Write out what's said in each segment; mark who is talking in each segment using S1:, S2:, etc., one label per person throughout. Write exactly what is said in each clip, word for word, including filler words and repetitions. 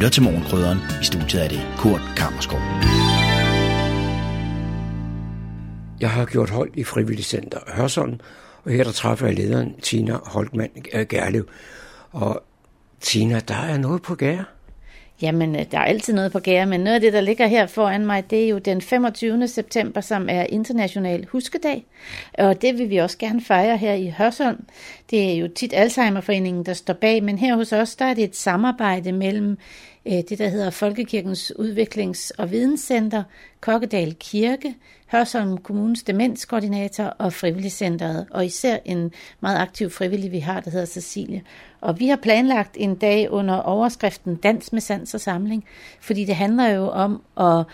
S1: lytter til Morgenkrydderen. I studiet er det Kurt Kammerskov.
S2: Jeg har gjort hold i Frivilligt Center Hørsholm, og her der træffer jeg lederen Tina Holtmann Gerlev. Og Tina, der er noget på gære.
S3: Jamen, der er altid noget på gære, men noget af det, der ligger her foran mig, det er jo den femogtyvende september, som er international huskedag. Og det vil vi også gerne fejre her i Hørsholm. Det er jo tit Alzheimerforeningen, der står bag, men her hos os, der er det et samarbejde mellem øh, det, der hedder Folkekirkens Udviklings- og Videnscenter, Kokkedal Kirke, Hørsholm Kommunes Demenskoordinator og Frivilligcenteret, og især en meget aktiv frivillig, vi har, der hedder Cecilie. Og vi har planlagt en dag under overskriften Dans med sans og samling, fordi det handler jo om at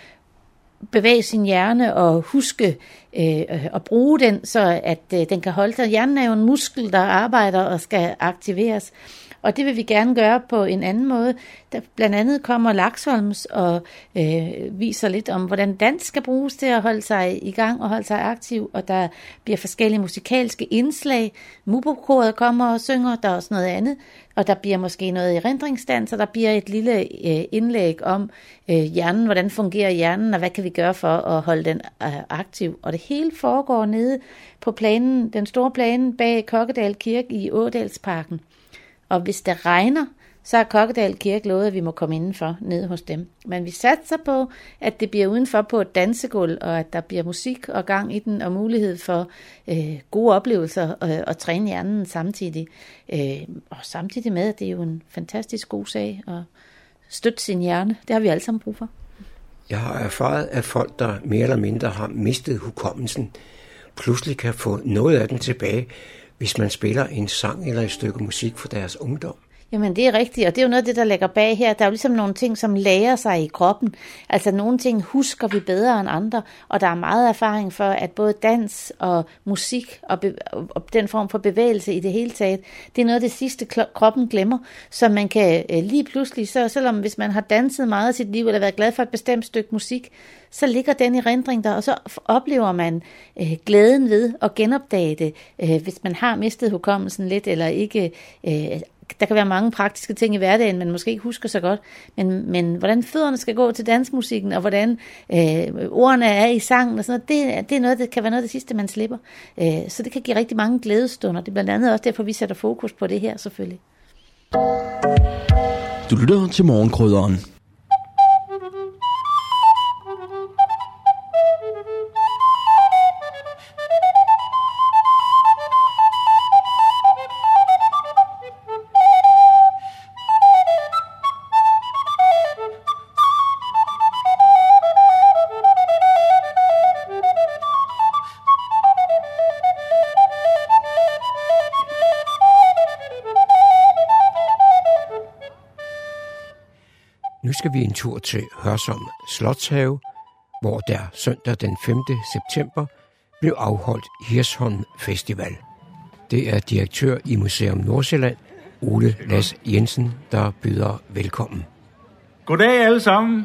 S3: bevæge sin hjerne og huske øh, at bruge den, så at øh, den kan holde sig. Hjernen er jo en muskel, der arbejder og skal aktiveres. Og det vil vi gerne gøre på en anden måde. Der blandt andet kommer Laksholms og øh, viser lidt om, hvordan dans skal bruges til at holde sig i gang og holde sig aktiv. Og der bliver forskellige musikalske indslag. Mubokoret kommer og synger, der er også noget andet. Og der bliver måske noget erindringsdans, og der bliver et lille øh, indlæg om øh, hjernen, hvordan fungerer hjernen, og hvad kan vi gøre for at holde den øh, aktiv. Og det hele foregår nede på planen, den store plane bag Kokkedal Kirke i Ådalsparken. Og hvis det regner, så har Kokkedal Kirke lovet, at vi må komme indenfor nede hos dem. Men vi satser på, at det bliver udenfor på et dansegulv, og at der bliver musik og gang i den, og mulighed for øh, gode oplevelser og, og træne hjernen samtidig. Øh, og samtidig med, at det er jo en fantastisk god sag at støtte sin hjerne. Det har vi alle sammen brug for.
S2: Jeg har erfaret, at folk, der mere eller mindre har mistet hukommelsen, pludselig kan få noget af den tilbage, hvis man spiller en sang eller et stykke musik for deres ungdom.
S3: Jamen det er rigtigt, og det er jo noget af det, der ligger bag her. Der er jo ligesom nogle ting, som lærer sig i kroppen. Altså nogle ting husker vi bedre end andre, og der er meget erfaring for, at både dans og musik og, be- og den form for bevægelse i det hele taget, det er noget af det sidste, kroppen glemmer. Så man kan øh, lige pludselig, så selvom hvis man har danset meget i sit liv, eller været glad for et bestemt stykke musik, så ligger den erindring der, og så oplever man øh, glæden ved at genopdage det, øh, hvis man har mistet hukommelsen lidt, eller ikke. Øh, der kan være mange praktiske ting i hverdagen, man måske ikke husker så godt, men, men hvordan fødderne skal gå til dansmusikken, og hvordan øh, ordene er i sangen, og sådan noget, det, det, er noget, det kan være noget af det sidste, man slipper. Øh, så det kan give rigtig mange glædestunder. Det er blandt andet også derfor, vi sætter fokus på det her, selvfølgelig.
S1: Du lytter til Morgenkrydderen.
S2: Nu skal vi en tur til Hørsholm Slotshave, hvor der søndag den femte september blev afholdt Hirsholm Festival. Det er direktør i Museum Nordsjælland, Ole Lass Jensen, der byder velkommen.
S4: Goddag alle sammen.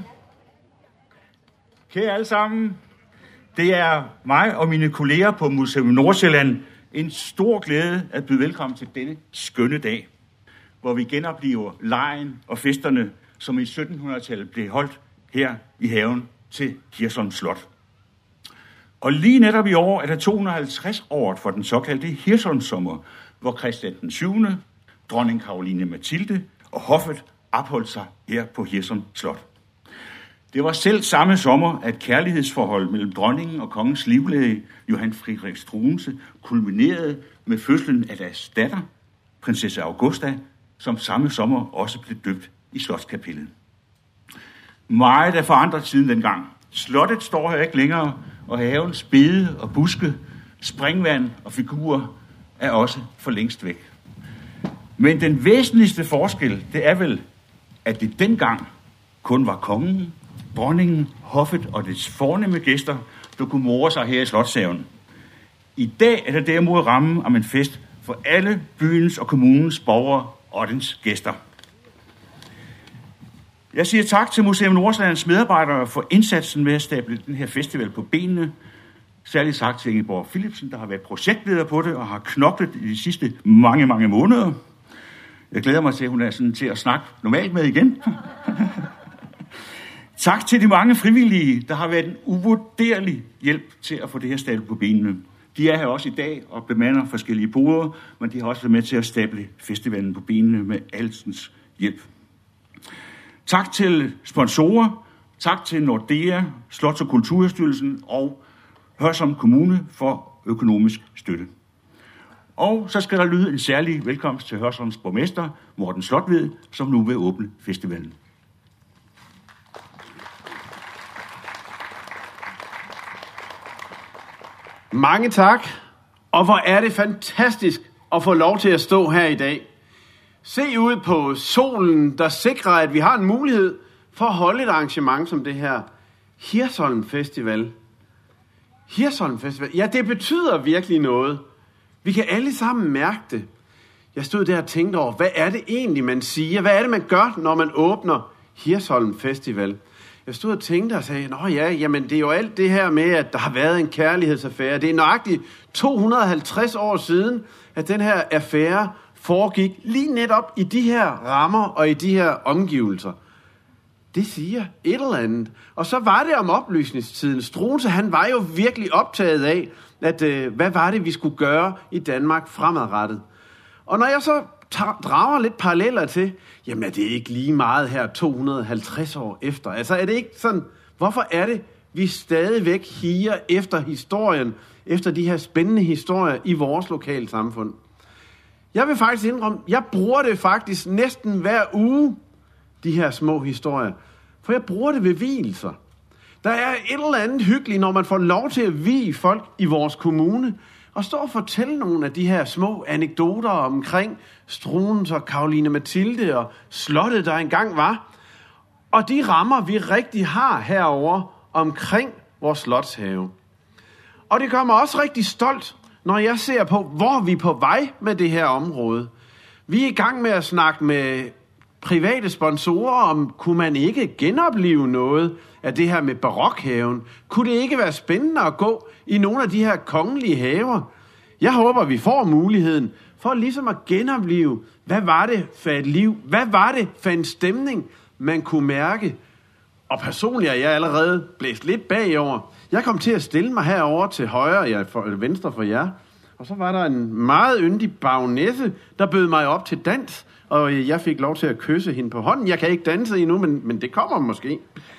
S4: Kære alle sammen. Det er mig og mine kolleger på Museum Nordsjælland en stor glæde at byde velkommen til denne skønne dag, hvor vi genoplever legen og festerne, som i syttenhundredetallet blev holdt her i haven til Hirsholm Slot. Og lige netop i år er der to hundrede og halvtreds år for den såkaldte Hirsholmssommer, hvor Christian den syvende, dronning Caroline Mathilde og hoffet opholdt sig her på Hirsholm Slot. Det var selv samme sommer, at kærlighedsforholdet mellem dronningen og kongens livlæge, Johan Friedrich Struensee, kulminerede med fødslen af deres datter, prinsesse Augusta, som samme sommer også blev døbt i Slotskapellet. Meget er forandret siden dengang. Slottet står her ikke længere, og havens bede og buske, springvand og figurer er også for længst væk. Men den væsentligste forskel, det er vel, at det dengang kun var kongen, dronningen, hoffet og dets fornemme gæster, der kunne more sig her i Slotshaven. I dag er det derimod rammen om en fest for alle byens og kommunens borgere og dens gæster. Jeg siger tak til Museum Nordsjællands medarbejdere for indsatsen med at stable den her festival på benene. Særligt tak til Ingeborg Philipsen, der har været projektleder på det og har knoklet i de sidste mange, mange måneder. Jeg glæder mig til, at hun er sådan til at snakke normalt med igen. Tak til de mange frivillige, der har været en uvurderlig hjælp til at få det her stablet på benene. De er her også i dag og bemander forskellige boder, men de har også været med til at stable festivalen på benene med alskens hjælp. Tak til sponsorer, tak til Nordea, Slots- og Kulturstyrelsen og Hørsholm Kommune for økonomisk støtte. Og så skal der lyde en særlig velkomst til Hørsholms borgmester, Morten Slotved, som nu vil åbne festivalen.
S5: Mange tak, og hvor er det fantastisk at få lov til at stå her i dag. Se ud på solen, der sikrer, at vi har en mulighed for at holde et arrangement som det her. Hirsholm Festival. Hirsholm Festival, ja, det betyder virkelig noget. Vi kan alle sammen mærke det. Jeg stod der og tænkte over, hvad er det egentlig, man siger? Hvad er det, man gør, når man åbner Hirsholm Festival? Jeg stod og tænkte og sagde, nå ja, jamen det er jo alt det her med, at der har været en kærlighedsaffære. Det er nøjagtigt to hundrede og halvtreds år siden, at den her affære foregik lige netop i de her rammer og i de her omgivelser. Det siger et eller andet. Og så var det om oplysningstiden. Struensee, han var jo virkelig optaget af, at øh, hvad var det, vi skulle gøre i Danmark fremadrettet. Og når jeg så drager lidt paralleller til, jamen er det ikke lige meget her to hundrede og halvtreds år efter? Altså er det ikke sådan, hvorfor er det, vi stadigvæk higer efter historien, efter de her spændende historier i vores lokale samfund? Jeg vil faktisk indrømme, jeg bruger det faktisk næsten hver uge, de her små historier. For jeg bruger det ved vielser. Der er et eller andet hyggeligt, når man får lov til at vie folk i vores kommune, og stå og fortælle nogle af de her små anekdoter omkring Struensee og Caroline Mathilde og slottet, der engang var. Og de rammer, vi rigtig har herovre omkring vores slotshave. Og det gør mig også rigtig stolt, når jeg ser på, hvor vi er på vej med det her område. Vi er i gang med at snakke med private sponsorer om, kunne man ikke genopleve noget af det her med barokhaven? Kunne det ikke være spændende at gå i nogle af de her kongelige haver? Jeg håber, vi får muligheden for ligesom at genopleve, hvad var det for et liv? Hvad var det for en stemning, man kunne mærke? Og personligt er jeg allerede blæst lidt bagover. Jeg kom til at stille mig herover til højre, ja, for, venstre for jer. Og så var der en meget yndig baronesse, der bød mig op til dans. Og jeg fik lov til at kysse hende på hånden. Jeg kan ikke danse endnu, men, men det kommer måske.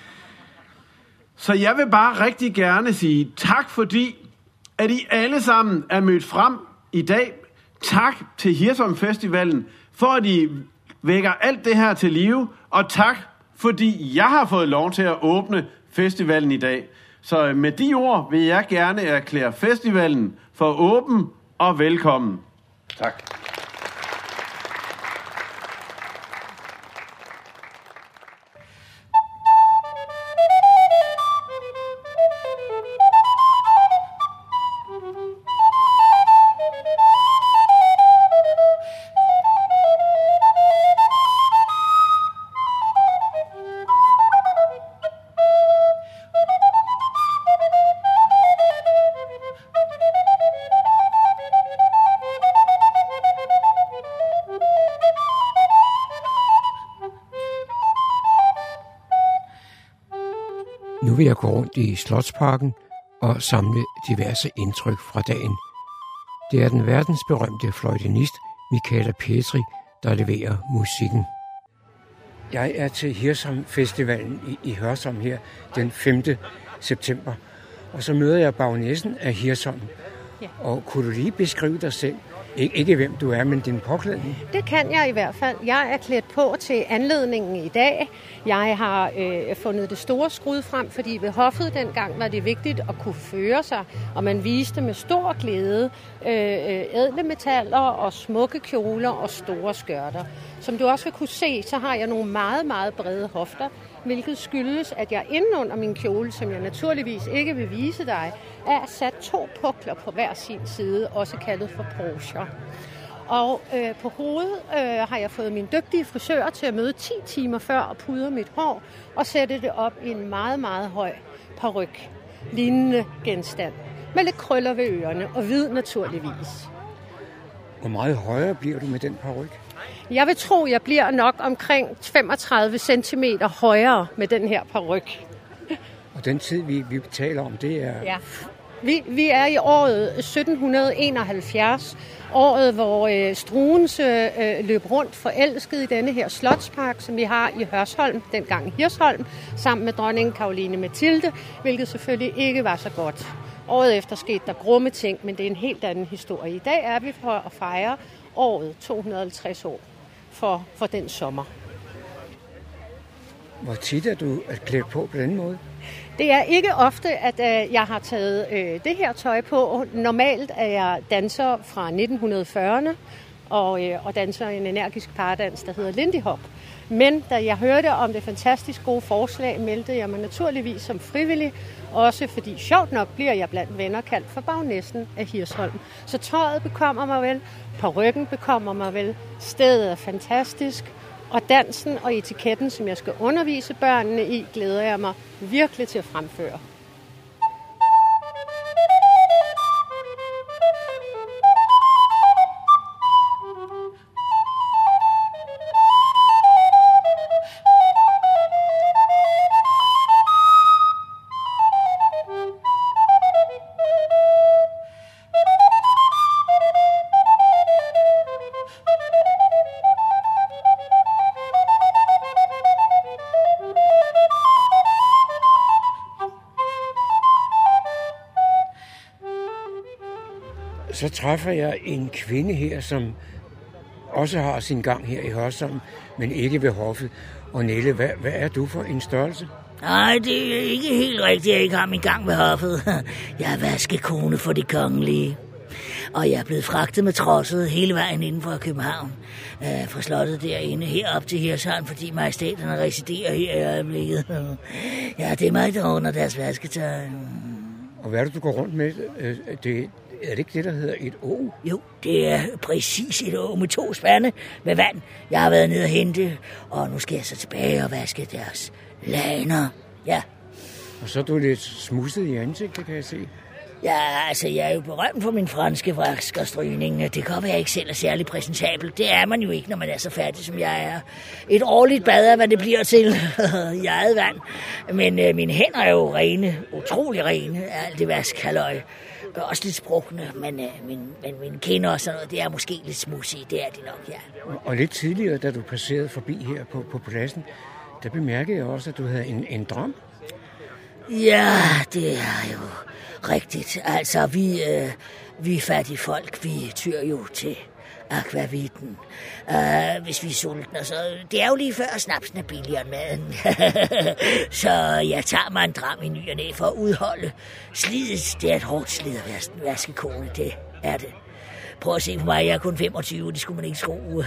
S5: Så jeg vil bare rigtig gerne sige tak, fordi at I alle sammen er mødt frem i dag. Tak til Hirsholm Festivalen, for at I vækker alt det her til live. Og tak, fordi jeg har fået lov til at åbne festivalen i dag. Så med de ord vil jeg gerne erklære festivalen for åben og velkommen. Tak.
S2: Nu vil jeg gå rundt i Slotsparken og samle diverse indtryk fra dagen. Det er den verdensberømte fløjtenist Michaela Petri, der leverer musikken. Jeg er til Hirsholm Festivalen i, i Hørsholm her den femte september. Og så møder jeg baronessen af Hirsholm. Ja. Og kunne du lige beskrive dig selv? Ik- ikke hvem du er, men din påklædning?
S6: Det kan jeg i hvert fald. Jeg er klædt på til anledningen i dag. Jeg har øh, fundet det store skrud frem, fordi ved hoffet dengang var det vigtigt at kunne føre sig, og man viste med stor glæde øh, ædle metaller og smukke kjoler og store skørter. Som du også vil kunne se, så har jeg nogle meget, meget brede hofter, hvilket skyldes, at jeg inden under min kjole, som jeg naturligvis ikke vil vise dig, er sat to pukler på hver sin side, også kaldet for brocher. Og øh, på hovedet øh, har jeg fået min dygtige frisør til at møde ti timer før og pudre mit hår og sætte det op i en meget, meget høj paryk, lignende genstand, med lidt krøller ved ørerne og hvid naturligvis.
S2: Hvor meget højere bliver du med den paryk?
S6: Jeg vil tro, jeg bliver nok omkring femogtredive centimeter højere med den her paryk.
S2: Og den tid, vi, vi taler om, det er...
S6: Ja. Vi, vi er i året sytten enoghalvfjerds, året hvor øh, Struensee øh, løb rundt forelsket i denne her slotspark, som vi har i Hørsholm, dengang Hirsholm, sammen med dronning Caroline Mathilde, hvilket selvfølgelig ikke var så godt. Året efter skete der grumme ting, men det er en helt anden historie. I dag er vi for at fejre året to hundrede og halvtreds år for, for den sommer.
S2: Hvor tit er du klædt på på den måde?
S6: Det er ikke ofte, at øh, jeg har taget øh, det her tøj på. Normalt er jeg danser fra nitten fyrrerne og, øh, og danser en energisk pardans, der hedder Lindy Hop. Men da jeg hørte om det fantastisk gode forslag, meldte jeg mig naturligvis som frivillig. Også fordi sjovt nok bliver jeg blandt venner kaldt for bagnæsten af Hirsholm. Så tøjet bekommer mig vel, parykken bekommer mig vel, stedet er fantastisk. Og dansen og etiketten, som jeg skal undervise børnene i, glæder jeg mig virkelig til at fremføre.
S2: Så træffer jeg en kvinde her, som også har sin gang her i Hørsholm, men ikke ved hoffet. Og Nelle, hvad, hvad er du for en størrelse?
S7: Nej, det er ikke helt rigtigt, at jeg ikke har min gang ved hoffet. Jeg er vaskekone for de kongelige. Og jeg er blevet fragtet med trosset hele vejen inden for København. Øh, fra slottet derinde herop til Hirsholm, fordi majestæterne residerer her i øjeblikket. Ja, det er mig, der ordner deres vasketøj.
S2: Og hvad er det, du går rundt med? Det, er det ikke det, der hedder et å?
S7: Jo, det er præcis et å med to spande med vand. Jeg har været nede og hente, og nu skal jeg så tilbage og vaske deres laner. Ja.
S2: Og så er du lidt smudset i ansigtet, kan jeg se.
S7: Ja, altså, jeg er jo berømt for min franske vask og strygning. Det kan være, jeg ikke selv er særlig præsentabel. Det er man jo ikke, når man er så færdig, som jeg er. Et årligt bad er, hvad det bliver til i eget vand. Men øh, mine hænder er jo rene, utrolig rene af alt det vaskhalløj. Også lidt sprukne, men, øh, min, men mine kinder og sådan noget, det er måske lidt smudsige. Det er de nok, ja.
S2: Og, og lidt tidligere, da du passerede forbi her på, på pladsen, der bemærkede jeg også, at du havde en, en drøm.
S7: Ja, det er jo rigtigt. Altså, vi, øh, vi fattige folk, vi tyr jo til akvavitten, uh, hvis vi er sultne. Så det er jo lige før, snapsen er billigere end maden. Så jeg tager mig en dram i ny og næ for at udholde slidet. Det er et hårdt slid at være vaskekone, det er det. Prøv at se på mig, jeg er kun femogtyve, det skulle man ikke tro.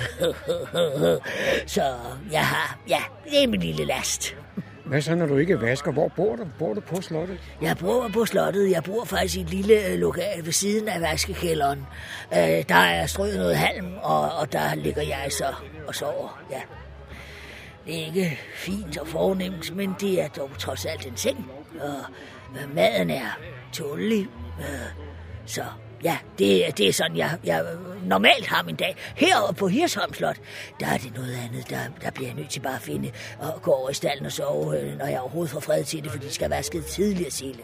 S7: Så jeg har, ja, det er min lille last.
S2: Hvad så, når du ikke vasker? Hvor bor du? Bor du på slottet?
S7: Jeg bor på slottet. Jeg bor faktisk i et lille lokal ved siden af vaskekælderen. Øh, der er strøget noget halm, og, og der ligger jeg så og sover. Ja. Det er ikke fint og fornemt, men det er dog trods alt en seng. Og øh, maden er tålelig. Øh, så ja, det, det er sådan, jeg, jeg normalt har min dag. Heroppe på Hirsholm Slot, der er det noget andet. Der, der bliver jeg nødt til bare at finde og gå over i stallen og sove, når jeg overhovedet får fred til det, fordi de skal vaske tidligere sile.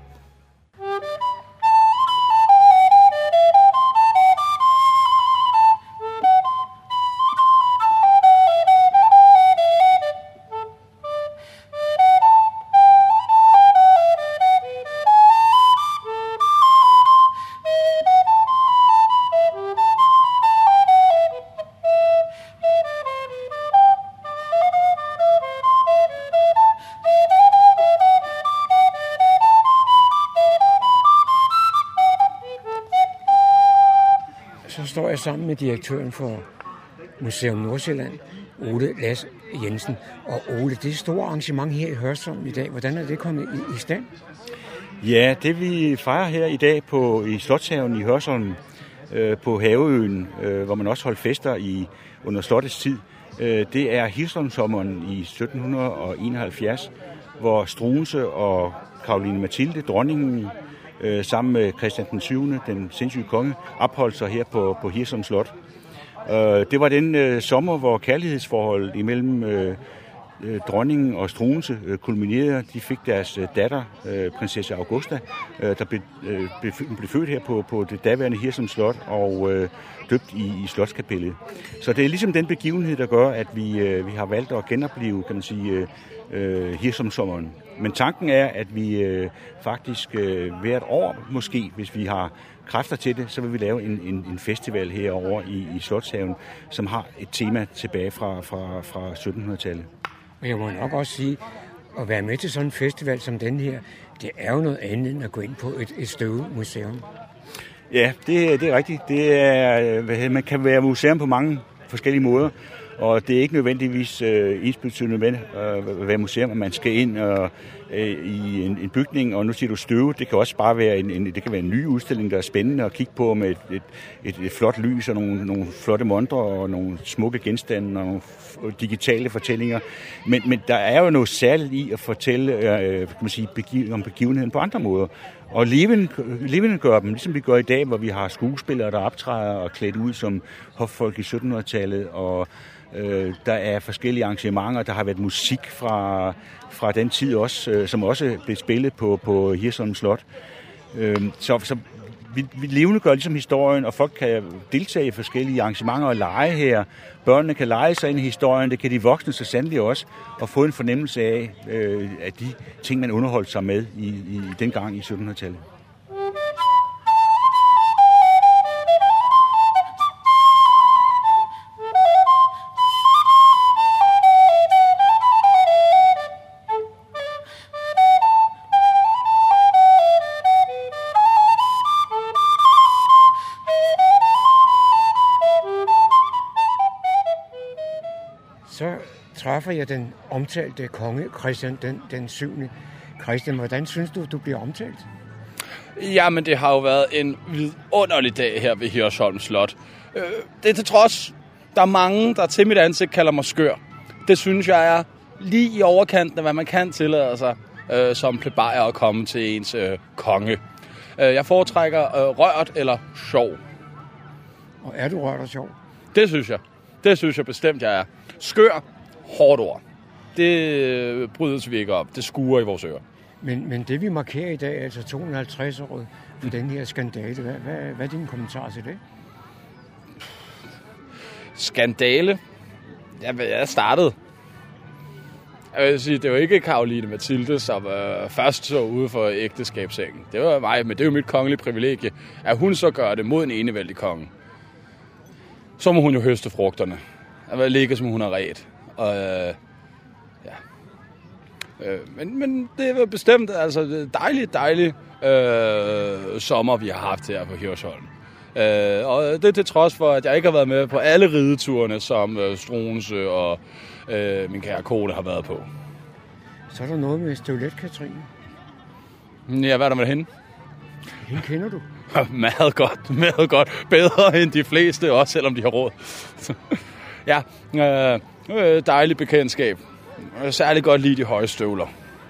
S2: Så står jeg sammen med direktøren for Museum Nordsjælland, Ole Lass Jensen. Og Ole, det er et stort arrangement her i Hørsholm i dag. Hvordan er det kommet i, i stand?
S4: Ja, det vi fejrer her i dag på, i Slotshaven i Hørsholm, øh, på Haveøen, øh, hvor man også holdt fester i, under slottets tid, øh, det er Hirsholmsommeren i sytten enoghalvfjerds, hvor Struensee og Caroline Mathilde, dronningen, Øh, sammen med Christian den syvende, den sindssyge konge, opholdt sig her på, på Hirsholm Slot. Øh, det var den øh, sommer, hvor kærlighedsforholdet imellem øh, øh, dronningen og Struensee øh, kulminerede. De fik deres øh, datter, øh, prinsesse Augusta, øh, der blev, øh, blev, blev født her på, på det daværende Hirschholm Slot og øh, døbt i, i Slotskapellet. Så det er ligesom den begivenhed, der gør, at vi, øh, vi har valgt at genopleve, kan man sige, øh, øh, Hirschholm-sommeren. Men tanken er, at vi øh, faktisk øh, hvert år, måske, hvis vi har kræfter til det, så vil vi lave en, en, en festival herovre i, i Slotshaven, som har et tema tilbage fra, fra, fra syttenhundredetallet.
S2: Men jeg må nok også sige, at være med til sådan en festival som den her, det er jo noget andet end at gå ind på et, et støvemuseum.
S4: Ja, det, det er rigtigt. Det er, hvad, man kan være museum på mange forskellige måder, og det er ikke nødvendigvis øh, ensbetydende med øh, at være museum, at man skal ind og, øh, i en, en bygning, og nu siger du støve, det kan også bare være en, en, det kan være en ny udstilling, der er spændende at kigge på med et, et, et, et flot lys og nogle, nogle flotte montrer og nogle smukke genstande og nogle digitale fortællinger. Men, men der er jo noget særligt i at fortælle øh, kan man sige, begiv, om begivenheden på andre måder. Og levende gør dem, ligesom vi gør i dag, hvor vi har skuespillere, der optræder og klædt ud som hoffolk i syttenhundredetallet, og øh, der er forskellige arrangementer, der har været musik fra, fra den tid også, øh, som også blev spillet på, på Hirschholm Slot. Øh, så, så vi, vi levende gør ligesom historien, og folk kan deltage i forskellige arrangementer og lege her. Børnene kan lege sig ind i historien, det kan de voksne så sandelig også, og få en fornemmelse af, øh, af de ting, man underholdt sig med i, i dengang i syttenhundredetallet.
S2: Så træffer jeg den omtalte konge Christian den, den syvende Christian, hvordan synes du, du bliver omtalt?
S8: Jamen, det har jo været en vidunderlig dag her ved Hirschholm Slot. Det er til trods, der er mange, der til mit ansigt kalder mig skør. Det synes jeg er lige i overkanten af, hvad man kan tillade sig øh, som plebejer at komme til ens øh, konge. Jeg foretrækker øh, rørt eller sjov.
S2: Og er du rørt og sjov?
S8: Det synes jeg. Det synes jeg bestemt, jeg er. Skør, hårdt ord. Det brydes vi ikke op. Det skuer i vores ører.
S2: Men, men det vi markerer i dag, altså to hundrede og halvtreds året for mm. den her skandale, hvad, hvad, hvad er din kommentar til det?
S8: Skandale? Ja, jeg startede. Jeg vil sige, det var ikke Caroline Mathilde, som øh, først så ude for ægteskabssengen. Det var mig, men det er jo mit kongelige privilegie, at hun så gør det mod en enevældig konge. Så må hun jo høste frugterne. Jeg vil ligge, som hun har ret. Og, øh, ja. øh, men, men det var bestemt altså dejligt, dejligt øh, sommer, vi har haft her på Hirschholm. Øh, og det er til trods for, at jeg ikke har været med på alle rideturene, som øh, Struensee og øh, min kære kone har været på.
S2: Så er der noget med Støvlet Katrine.
S8: Ja, hvad er der med hende?
S2: Hende kender du?
S8: Meget godt, meget godt. Bedre end de fleste, også selvom de har råd. Ja, øh, dejligt bekendtskab. Særligt godt lide de høje støvler.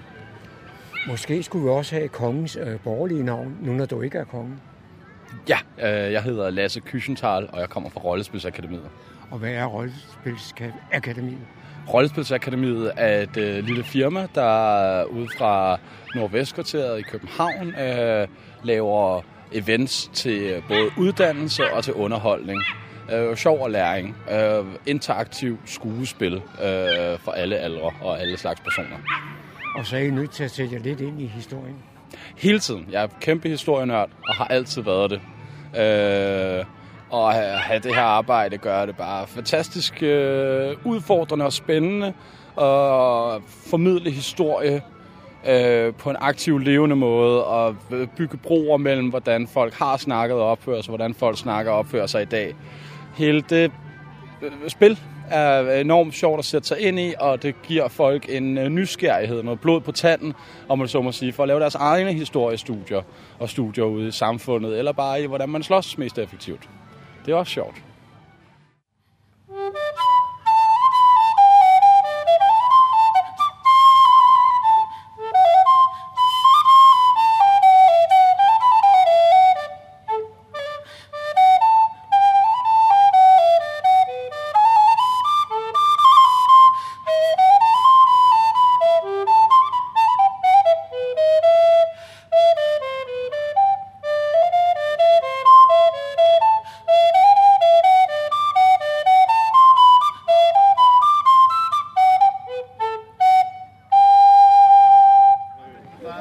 S2: Måske skulle vi også have kongens øh, borgerlige navn, nu når du ikke er kongen.
S8: Ja, øh, jeg hedder Lasse Küchenthal, og jeg kommer fra Rollespilsakademiet.
S2: Og hvad er Rollespilsakademiet?
S8: Rollespilsakademiet er et øh, lille firma, der ude fra Nordvestkvarteret i København øh, laver events til både uddannelse og til underholdning. Øh, sjov og læring. Øh, interaktiv skuespil øh, for alle aldre og alle slags personer.
S2: Og så er I nødt til at sætte jer lidt ind i historien.
S8: Hele tiden. Jeg er kæmpe historienørd og har altid været det. Øh, og at have det her arbejde gør det bare fantastisk øh, udfordrende og spændende og formidle historie øh, på en aktiv, levende måde og bygge broer mellem, hvordan folk har snakket og opført sig, hvordan folk snakker og opfører sig i dag. Hele det øh, spil er enormt sjovt at sætte sig ind i, og det giver folk en øh, nysgerrighed, noget blod på tanden, om man så må sige, for at lave deres egne historiestudier og studier ude i samfundet, eller bare i, hvordan man slås mest effektivt. Det er også sjovt.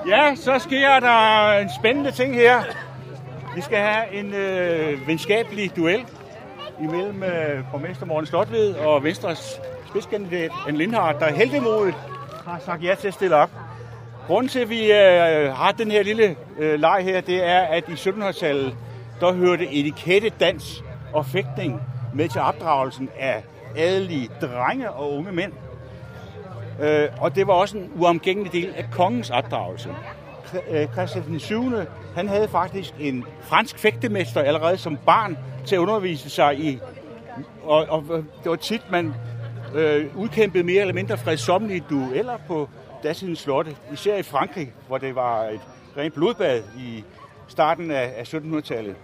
S4: Ja, så sker der en spændende ting her. Vi skal have en øh, venskabelig duel imellem øh, borgmester Morten Slotved og Venstres spidskandidat Anne Lindhardt, der heldemodigt har sagt ja til at stille op. Grunden til, at vi øh, har den her lille øh, leg her, det er, at i syttenhundredetallet, der hørte etikette, dans og fægtning med til opdragelsen af adelige drenge og unge mænd. Øh, og det var også en uomgængelig del af kongens opdragelse. Christian den syvende, han havde faktisk en fransk fægtemester allerede som barn til at undervise sig i, og, og det var tit, man øh, udkæmpede mere eller mindre fredsommelige dueller på datidens slotte, især i Frankrig, hvor det var et rent blodbad i starten af, af syttenhundredetallet.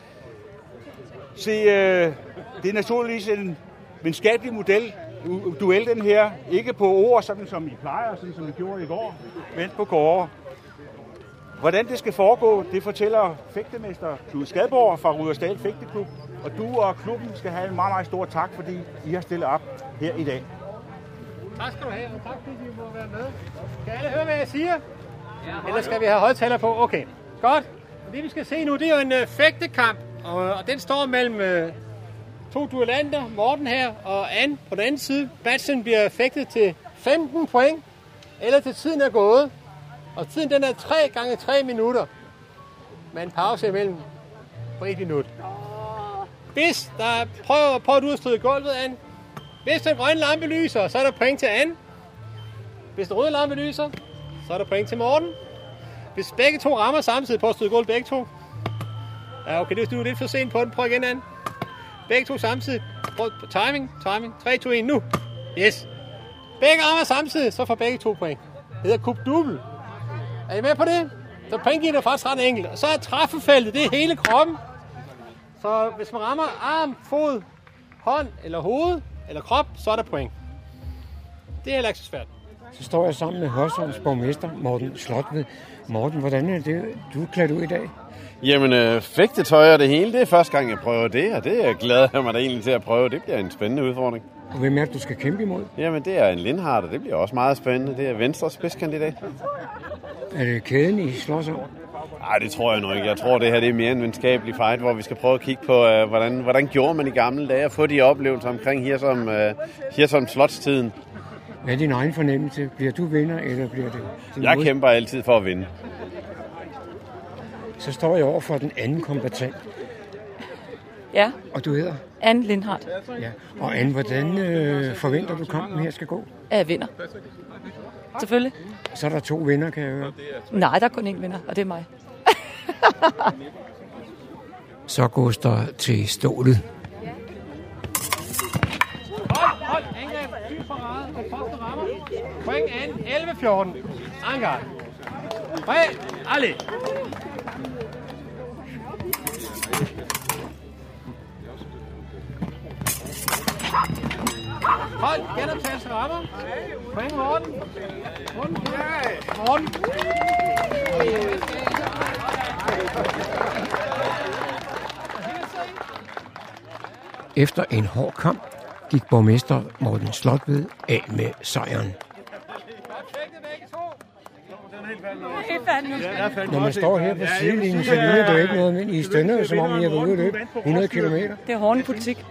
S4: Se, øh, det er naturligvis en venskabelig model, duel den her, ikke på ord, sådan som I plejer, sådan som vi gjorde i går, men på gårde. Hvordan det skal foregå, det fortæller fægtemester Knud Skadborg fra Rudersdal Fægteklub, og du og klubben skal have en meget, meget stor tak, fordi I har stillet op her i dag.
S9: Tak skal du have, og tak fordi I må være med. Kan alle høre, hvad jeg siger? Eller skal vi have højtaler på? Okay, godt. Og det vi skal se nu, det er jo en uh, fægtekamp, og, og den står mellem uh, to duellanter, Morten her og Anne på den anden side. Matchen bliver fægtet til femten point, eller til tiden er gået. Og tiden den er tre gange tre minutter, med en pause imellem på et minut. Hvis der prøver, prøver du at stryge gulvet, Anne. Hvis den grønne lampe lyser, så er der point til Anne. Hvis den røde lampe lyser, så er der point til Morten. Hvis begge to rammer samtidig på at stryge gulvet, begge to. Ja, okay, det er lidt for sent på den. Prøv igen, Anne. Begge to samtidig. Prøv på timing, timing. tre, to, et, nu. Yes. Begge rammer samtidig, så får begge to point. Det hedder kub double. Er I med på det? Så pointgivende er faktisk ret enkelt. Og så er træffeltet, det er hele kroppen. Så hvis man rammer arm, fod, hånd eller hoved eller krop, så er der point. Det er heller ikke så svært.
S2: Så står jeg sammen med Hørsholms borgmester Morten Slotved. Morten, hvordan er det, du er klædt ud i dag?
S5: Jamen, øh, fægtetøj og det hele, det er første gang, jeg prøver det, og det er jeg glad jeg mig da egentlig til at prøve. Det bliver en spændende udfordring.
S2: Og hvem er det, du skal kæmpe imod?
S5: Jamen, det er en Lindhardt, og det bliver også meget spændende. Det er Venstres spidskandidat.
S2: Er det kæden, I slås om?
S5: Nej, det tror jeg nu ikke. Jeg tror, det her det er mere en venskabelig fight, hvor vi skal prøve at kigge på, uh, hvordan, hvordan gjorde man i gamle dage, og få de oplevelser omkring Hirshom, uh, Hirshom Slotstiden.
S2: Hvad er din egen fornemmelse? Bliver du vinder, eller bliver det...
S5: Jeg måde? Kæmper altid for at vinde.
S2: Så står jeg over for den anden kombatant.
S10: Ja.
S2: Og du hedder?
S10: Anne Lindhardt.
S2: Ja. Og Anne, hvordan øh, forventer du kampen her skal gå?
S10: Jeg vinder. Selvfølgelig.
S2: Så er der to vinder, kan jeg høre.
S10: Nej, der er kun én vinder, og det er mig.
S2: Så gås der til stålet.
S9: Hold, hold, angreb, dyb parade, og første rammer. Point Anne, elleve fjorten. Anker. Tre, alle. Hold, genoptagelse rammer. Point Morten. Morten. Morten.
S2: Efter en hård kamp gik borgmester Morten Slotved af med sejren. Når man står her på sidelinjen, så ligner det ikke noget, men I stønner, som om I har været ude at løbe hundrede kilometer.
S10: Det er hornpolitik.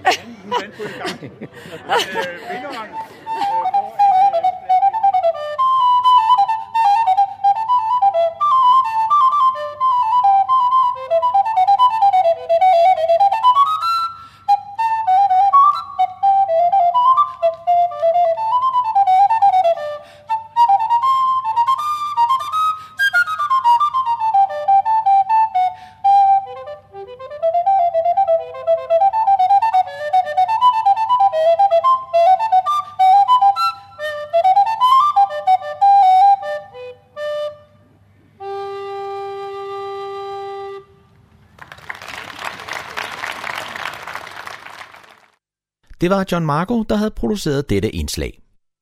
S11: Det var John Marco, der havde produceret dette indslag.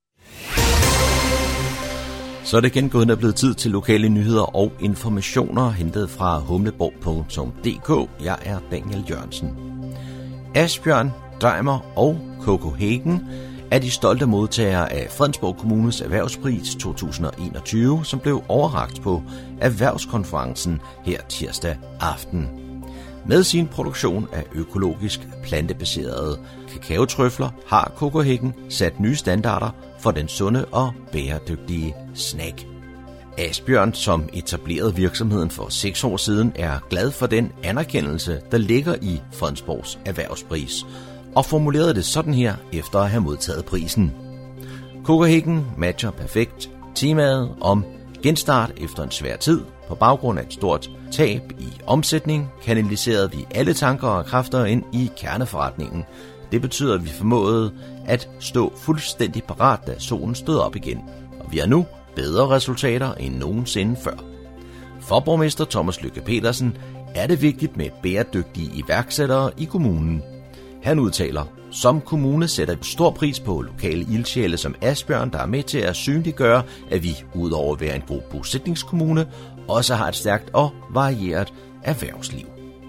S11: Så er det igen gået, der er blevet tid til lokale nyheder og informationer, hentet fra humleborg punktum d k. Jeg er Daniel Jørgensen. Asbjørn, Dreimer og Coco Hagen er de stolte modtagere af Fredensborg Kommunes Erhvervspris to tusind og enogtyve, som blev overrakt på erhvervskonferencen her tirsdag aften. Med sin produktion af økologisk plantebaserede kakaotrøfler har Coco-Hækken sat nye standarder for den sunde og bæredygtige snack. Asbjørn, som etablerede virksomheden for seks år siden, er glad for den anerkendelse, der ligger i Fredensborgs Erhvervspris, og formulerede det sådan her efter at have modtaget prisen. Coco-Hækken matcher perfekt temaet om genstart efter en svær tid. På baggrund af et stort tab i omsætning kanaliserede vi alle tanker og kræfter ind i kerneforretningen. Det betyder, at vi formåede at stå fuldstændig parat, da solen stod op igen. Og vi har nu bedre resultater end nogensinde før. For borgmester Thomas Lykke Petersen er det vigtigt med bæredygtige iværksættere i kommunen. Han udtaler, som kommune sætter vi stor pris på lokale ildsjæle som Asbjørn, der er med til at synliggøre, at vi udover at være en god bosætningskommune, også har et stærkt og varieret erhvervsliv.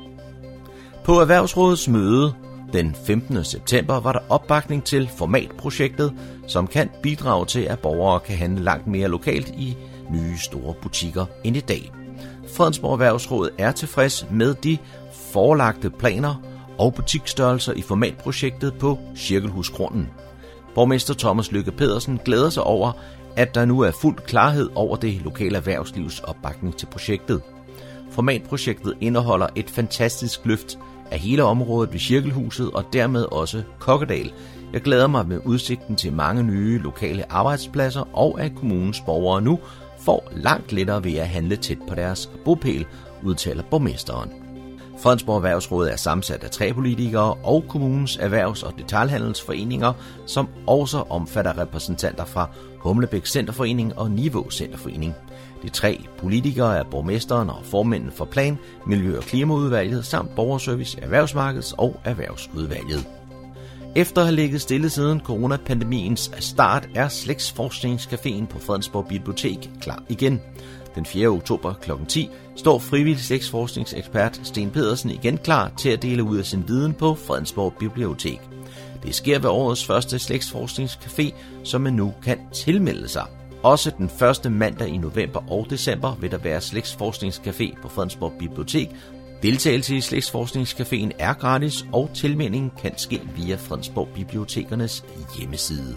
S11: På Erhvervsrådets møde den femtende september var der opbakning til formatprojektet, som kan bidrage til, at borgere kan handle langt mere lokalt i nye store butikker end i dag. Fredensborg Erhvervsråd er tilfreds med de forelagte planer og butiksstørrelser i formatprojektet på Cirkelhusgrunden. Borgmester Thomas Lykke Petersen glæder sig over, at der nu er fuld klarhed over det lokale erhvervslivs opbakning til projektet. Formatprojektet indeholder et fantastisk løft af hele området ved Cirkelhuset og dermed også Kokkedal. Jeg glæder mig med udsigten til mange nye lokale arbejdspladser og at kommunens borgere nu får langt lettere ved at handle tæt på deres bopæl, udtaler borgmesteren. Fredensborg Erhvervsråd er sammensat af tre politikere og kommunens erhvervs- og detailhandelsforeninger, som også omfatter repræsentanter fra Humlebæk Centerforening og Niveau Centerforening. De tre politikere er borgmesteren og formænden for Plan-, Miljø- og Klimaudvalget samt Borgerservice, Erhvervsmarkeds- og Erhvervsudvalget. Efter at have ligget stille siden coronapandemiens start, er Slægtsforskningscaféen på Fredensborg Bibliotek klar igen. Den fjerde oktober klokken ti står frivillig slægtsforskningsekspert Sten Pedersen igen klar til at dele ud af sin viden på Fredensborg Bibliotek. Det sker ved årets første Slægtsforskningscafé, som man nu kan tilmelde sig. Også den første mandag i november og december vil der være Slægtsforskningscafé på Fredensborg Bibliotek. Deltagelse i Slægtsforskningscaféen er gratis, og tilmeldingen kan ske via Fredensborg Bibliotekernes hjemmeside.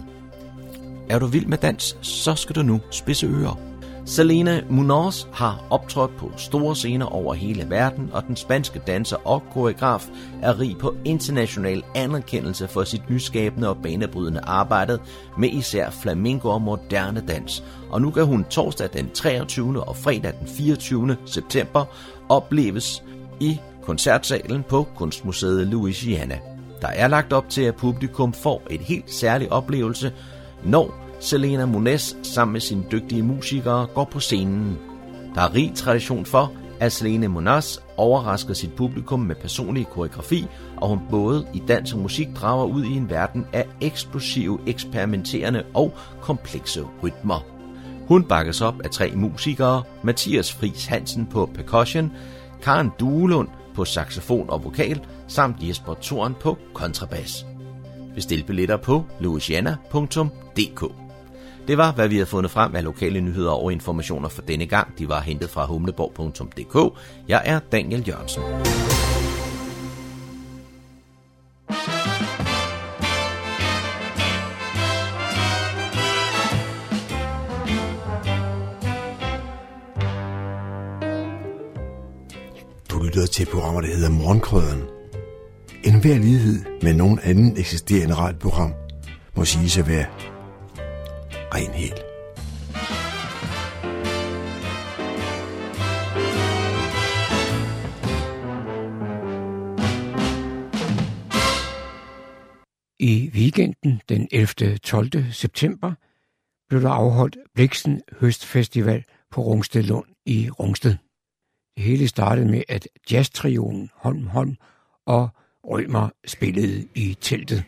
S11: Er du vild med dans, så skal du nu spidse ører. Selena Munoz har optrådt på store scener over hele verden, og den spanske danser og koreograf er rig på international anerkendelse for sit nyskabende og banebrydende arbejde med især flamenco og moderne dans. Og nu kan hun torsdag den treogtyvende og fredag den fireogtyvende september opleves i koncertsalen på Kunstmuseet Louisiana. Der er lagt op til, at publikum får et helt særlig oplevelse, når Selena Munoz sammen med sine dygtige musikere går på scenen. Der er rig tradition for, at Selena Munoz overrasker sit publikum med personlig koreografi, og hun både i dans og musik drager ud i en verden af eksplosive, eksperimenterende og komplekse rytmer. Hun bakkes op af tre musikere, Mathias Friis Hansen på percussion, Karen Duelund på saxofon og vokal, samt Jesper Thorn på kontrabas. Bestil billetter på louisiana punktum d k. Det var, hvad vi har fundet frem af lokale nyheder og informationer for denne gang. De var hentet fra humleborg punktum d k. Jeg er Daniel Jørgensen.
S12: Du lytter til programmer, der hedder Morgenkrydderen. En hver lighed med nogen anden eksisterende radioprogram må siges at være ren hel.
S2: I weekenden den ellevte og tolvte september blev der afholdt Bliksen Høstfestival på Rungsted Lund i Rungsted. Det hele startede med, at jazztrioen Holm Holm og Rømer spillede i teltet.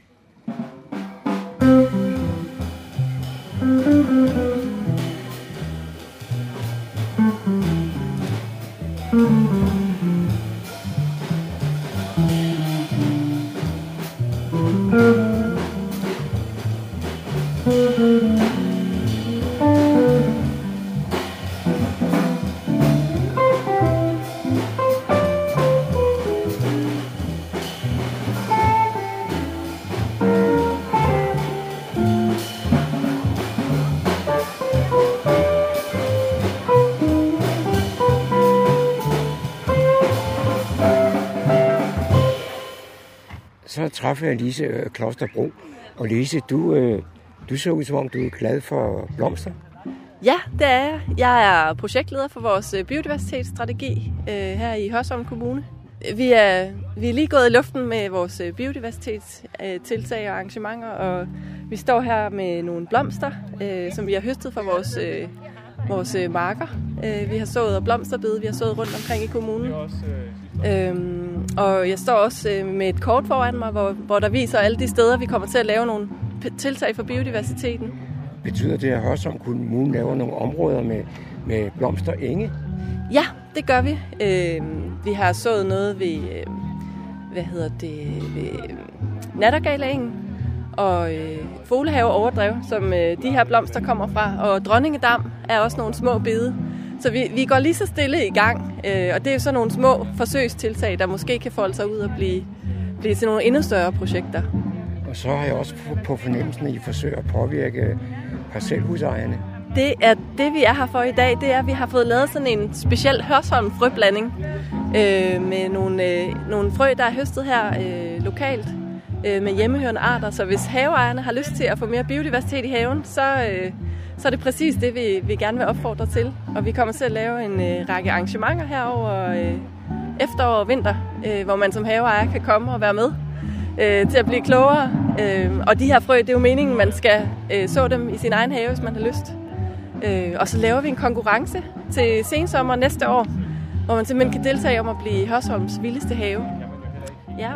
S2: så træffede jeg Lise øh, Klosterbro. Og Lise, du, øh, du ser ud som om, du er glad for blomster.
S13: Ja, det er jeg. Jeg er projektleder for vores biodiversitetsstrategi øh, her i Hørsholm Kommune. Vi er, vi er lige gået i luften med vores biodiversitetstiltag og arrangementer, og vi står her med nogle blomster, øh, som vi har høstet fra vores, øh, vores marker. Øh, vi har sået og blomsterbede, vi har sået rundt omkring i kommunen. Øhm, og jeg står også øh, med et kort foran mig, hvor, hvor der viser alle de steder, vi kommer til at lave nogle tiltag for biodiversiteten.
S2: Betyder det, at Hørsholm Kommune laver nogle områder med, med blomster og enge?
S13: Ja, det gør vi. Øh, vi har sået noget ved, øh, hvad hedder det, ved øh, Nattergalengen og øh, Fuglehave Overdrev, som øh, de her blomster kommer fra. Og Dronningedam er også nogle små bede. Så vi, vi går lige så stille i gang, øh, og det er jo sådan nogle små forsøgstiltag, der måske kan folde sig ud og blive, blive til nogle endnu større projekter.
S2: Og så har jeg også på fornemmelsen, at I forsøger at påvirke parcelhusejerne.
S13: Det er det, vi er her for i dag. Det er, at vi har fået lavet sådan en speciel Hørsholm frøblanding øh, med nogle, øh, nogle frø, der er høstet her øh, lokalt øh, med hjemmehørende arter. Så hvis haveejerne har lyst til at få mere biodiversitet i haven, så, øh, så er det præcis det, vi, vi gerne vil opfordre til. Og vi kommer til at lave en øh, række arrangementer her over øh, efterår og vinter, øh, hvor man som haveejer kan komme og være med øh, til at blive klogere. Øh, og de her frø, det er jo meningen, man skal øh, så dem i sin egen have, hvis man har lyst. Øh, og så laver vi en konkurrence til sensommer næste år, hvor man simpelthen kan deltage om at blive Hørsholms vildeste have. Ja.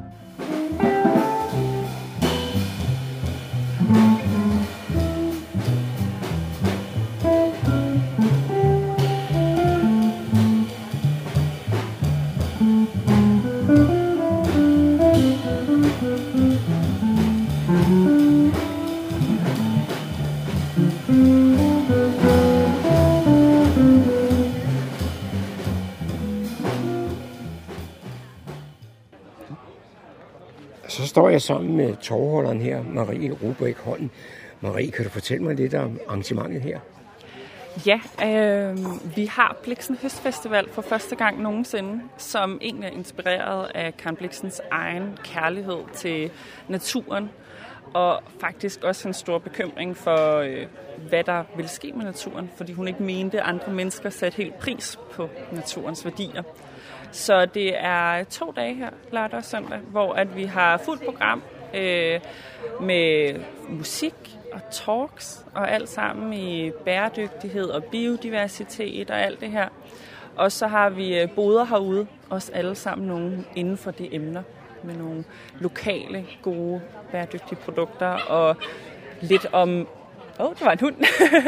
S2: Så står jeg sammen med tovholderen her, Marie Rubrik Holm. Marie, kan du fortælle mig lidt om arrangementet her?
S14: Ja, øh, vi har Blixen Høstfestival for første gang nogensinde, som egentlig er inspireret af Karen Blixens egen kærlighed til naturen, og faktisk også en stor bekymring for, øh, hvad der vil ske med naturen, fordi hun ikke mente, at andre mennesker satte helt pris på naturens værdier. Så det er to dage her, lørdag og søndag, hvor at vi har fuldt program øh, med musik og talks og alt sammen i bæredygtighed og biodiversitet og alt det her. Og så har vi boder herude, også alle sammen nogle inden for de emner, med nogle lokale, gode, bæredygtige produkter og lidt om... Åh, oh, det var en hund!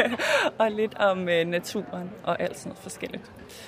S14: og lidt om øh, naturen og alt sådan noget forskelligt.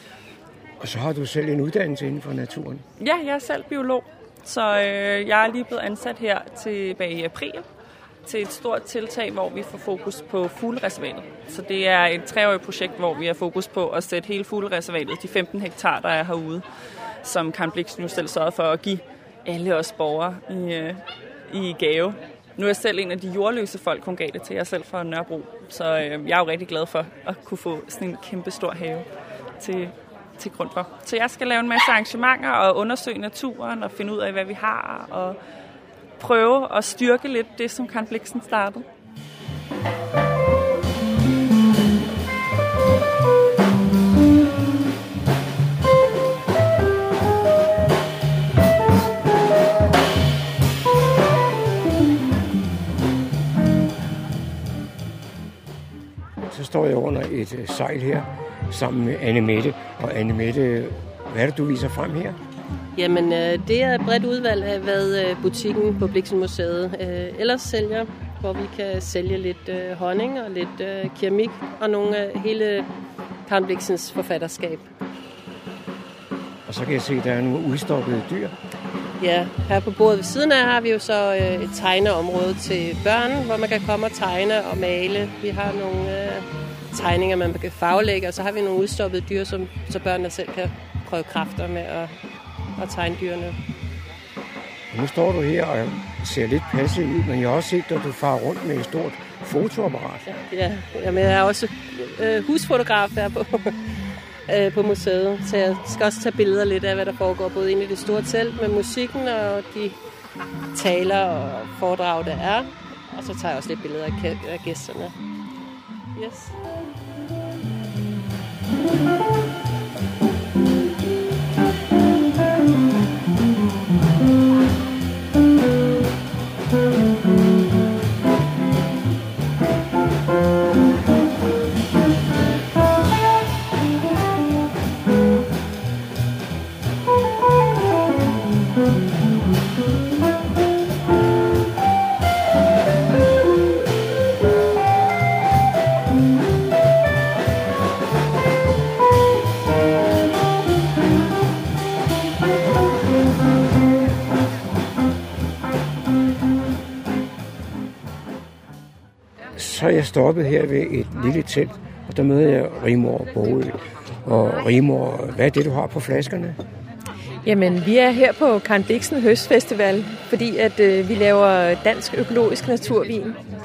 S2: Og så har du selv en uddannelse inden for naturen?
S14: Ja, jeg er selv biolog, så øh, jeg er lige blevet ansat her tilbage i april til et stort tiltag, hvor vi får fokus på fuglereservatet. Så det er et treårigt projekt, hvor vi har fokus på at sætte hele fuglereservatet, de femten hektar, der er herude, som Karen Blixen nu selv sørger for at give alle os borgere i, øh, i gave. Nu er jeg selv en af de jordløse folk, hun gav det til. Jeg selv fra Nørrebro, så øh, jeg er jo rigtig glad for at kunne få sådan en kæmpe stor have til til grund for. Så jeg skal lave en masse arrangementer og undersøge naturen og finde ud af, hvad vi har, og prøve at styrke lidt det, som Karen Blixen startede.
S2: Så står jeg under et sejl her, sammen med Anne-Mette. Og Anne-Mette, hvad er det, du viser frem her?
S15: Jamen, det er et bredt udvalg af, hvad butikken på Blixen Museet ellers sælger, hvor vi kan sælge lidt honning og lidt keramik og nogle af hele Karen Blixens forfatterskab.
S2: Og så kan jeg se, at der er nogle udstoppede dyr.
S15: Ja, her på bordet ved siden af har vi jo så et tegneområde til børn, hvor man kan komme og tegne og male. Vi har nogle øh, tegninger, man kan farvelægge, og så har vi nogle udstoppede dyr, som, så børnene selv kan prøve kræfter med at, at tegne dyrene.
S2: Nu står du her og ser lidt passiv ud, men jeg har også set, at du farer rundt med et stort fotoapparat.
S15: Ja, ja, men jeg er også øh, husfotograf her på, øh, på museet, så jeg skal også tage billeder lidt af, hvad der foregår, både inde i det store telt med musikken og de taler og foredrag, der er. Og så tager jeg også lidt billeder af gæsterne. Yes.
S2: Så er jeg stoppet her ved et lille telt, og der møder jeg Rigmor Bogø. Og Rigmor, hvad er det, du har på flaskerne?
S15: Jamen, vi er her på Karen Blixen Høstfestival, fordi at øh, vi laver dansk økologisk naturvin.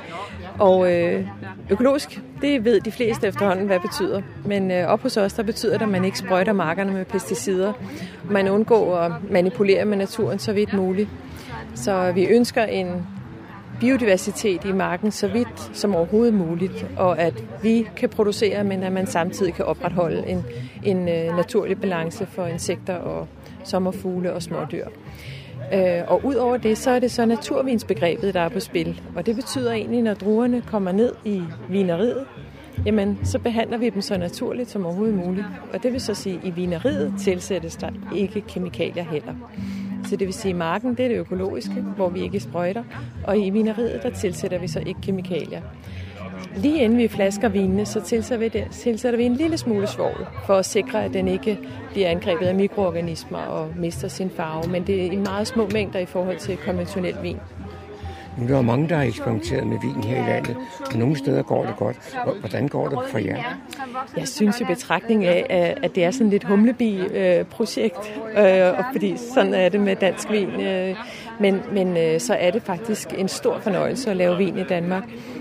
S15: Og øh, økologisk, det ved de fleste efterhånden, hvad det betyder. Men øh, op hos os, der betyder det, at man ikke sprøjter markerne med pesticider. Man undgår at manipulere med naturen så vidt muligt. Så vi ønsker en biodiversitet i marken så vidt som overhovedet muligt, og at vi kan producere, men at man samtidig kan opretholde en, en øh, naturlig balance for insekter og sommerfugle og smådyr. Øh, og ud over det, så er det så naturvinsbegrebet, der er på spil, og det betyder egentlig, når druerne kommer ned i vineriet, jamen så behandler vi dem så naturligt som overhovedet muligt, og det vil så sige, at i vineriet tilsættes der ikke kemikalier heller. Så det vil sige, at marken, det er det økologiske, hvor vi ikke sprøjter, og i vineriet, der tilsætter vi så ikke kemikalier. Lige inden vi flasker vinene, så tilsætter vi, det, tilsætter vi en lille smule svovl, for at sikre, at den ikke bliver angrebet af mikroorganismer og mister sin farve, men det er i meget små mængder i forhold til konventionel vin.
S2: Nu er der mange, der har eksperimenteret med vin her i landet, og nogle steder går det godt. Hvordan går det for jer?
S15: Jeg synes i betragtning af, at det er sådan lidt humlebi-projekt, fordi sådan er det med dansk vin. Men, men så er det faktisk en stor fornøjelse at lave vin i Danmark.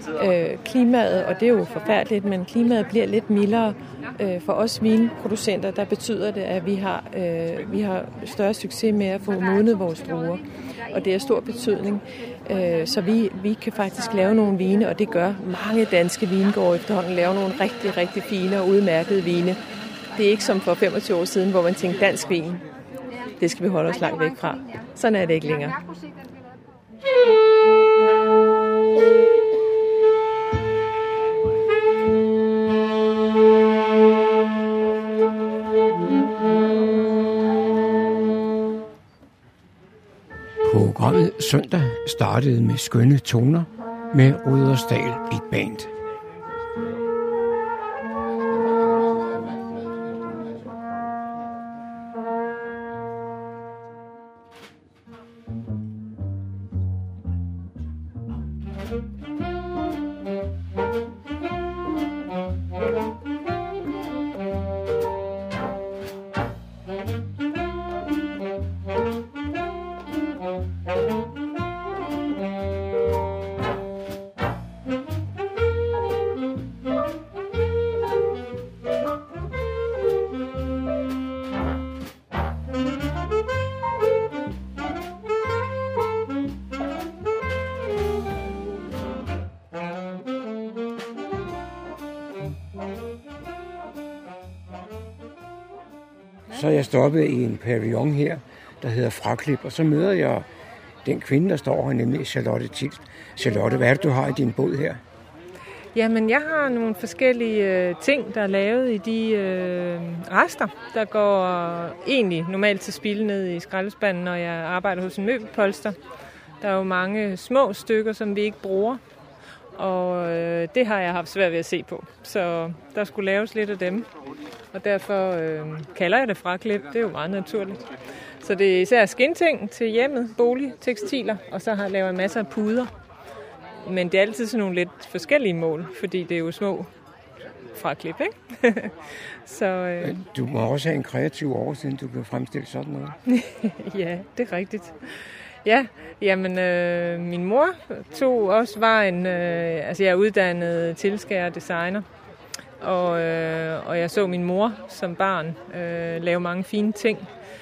S15: Klimaet, og det er jo forfærdeligt, men klimaet bliver lidt mildere. For os vinproducenter, der betyder det, at vi har, vi har større succes med at få modnet vores druer. Og det er stor betydning. Så vi, vi kan faktisk lave nogle vine, og det gør mange danske vingårde efterhånden, lave nogle rigtig, rigtig fine og udmærkede vine. Det er ikke som for femogtyve år siden, hvor man tænkte dansk vin. Det skal vi holde os langt væk fra. Sådan er det ikke længere.
S2: Programmet søndag startede med skønne toner med Rudersdal Big Band. Så er jeg stoppet i en pavillon her, der hedder Fraklip, og så møder jeg den kvinde, der står her, nemlig Charlotte Tilst. Charlotte, hvad er det, du har i din båd her?
S16: Jamen, jeg har nogle forskellige øh, ting, der er lavet i de øh, rester, der går egentlig normalt til spilde ned i skraldespanden, når jeg arbejder hos en møbelpolster. Der er jo mange små stykker, som vi ikke bruger, og øh, det har jeg haft svært ved at se på. Så der skulle laves lidt af dem, og derfor øh, kalder jeg det fraklip. Det er jo meget naturligt. Så det er især skinting til hjemmet, bolig, tekstiler, og så har jeg lavet masser af puder. Men det er altid sådan nogle lidt forskellige mål, fordi det er jo små fraklip, ikke? Så, øh...
S2: Du må også have en kreativ år, siden du kan fremstille sådan noget.
S16: Ja, det er rigtigt. Ja, jamen øh, min mor tog også var en, øh, altså jeg er uddannet tilskærer designer, og, øh, og jeg så min mor som barn øh, lave mange fine ting.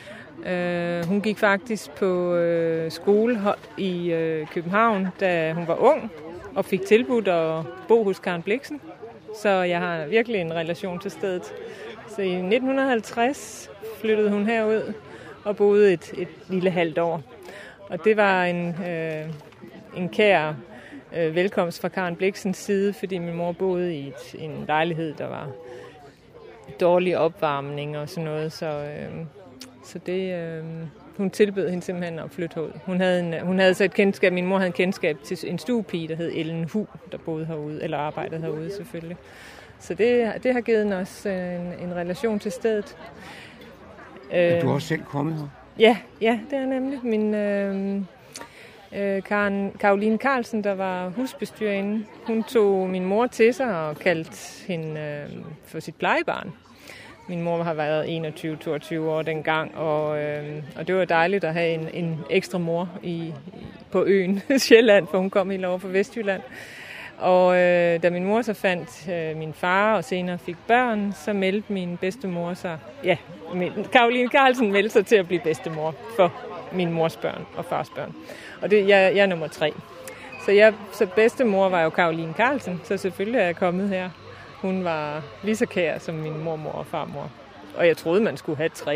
S16: Uh, hun gik faktisk på uh, skole i uh, København, da hun var ung, og fik tilbudt at bo hos Karen Blixen. Så jeg har virkelig en relation til stedet. Så i nitten halvtreds flyttede hun herud og boede et, et lille halvt år. Og det var en, øh, en kær øh, velkomst fra Karen Blixens side, fordi min mor boede i et, en lejlighed, der var dårlig opvarmning og sådan noget. Så, øh, så det, øh, hun tilbød hende simpelthen at flytte ud. Hun havde, en, hun havde så et kendskab, min mor havde en kendskab til en stuepige, der hed Ellen Hu, der boede herude, eller arbejdede herude selvfølgelig. Så det, det har givet os en, en relation til stedet.
S2: Er du også selv kommet her?
S16: Ja, ja, det er nemlig. Min øh, øh, Karen, Caroline Carlsen, der var husbestyrerinde, hun tog min mor til sig og kaldte hende øh, for sit plejebarn. Min mor har været enogtyve til toogtyve år dengang, og, øh, og det var dejligt at have en, en ekstra mor i, på øen Sjælland, for hun kom helt over fra Vestjylland. Og øh, da min mor så fandt øh, min far og senere fik børn, så meldte min bedstemor sig, ja, Caroline Carlsen meldte sig til at blive bedstemor for min mors børn og fars børn. Og det, jeg, jeg er nummer tre. Så, jeg, så bedstemor var jo Caroline Carlsen, så selvfølgelig er jeg kommet her. Hun var lige så kær som min mormor og farmor. Og jeg troede, man skulle have tre.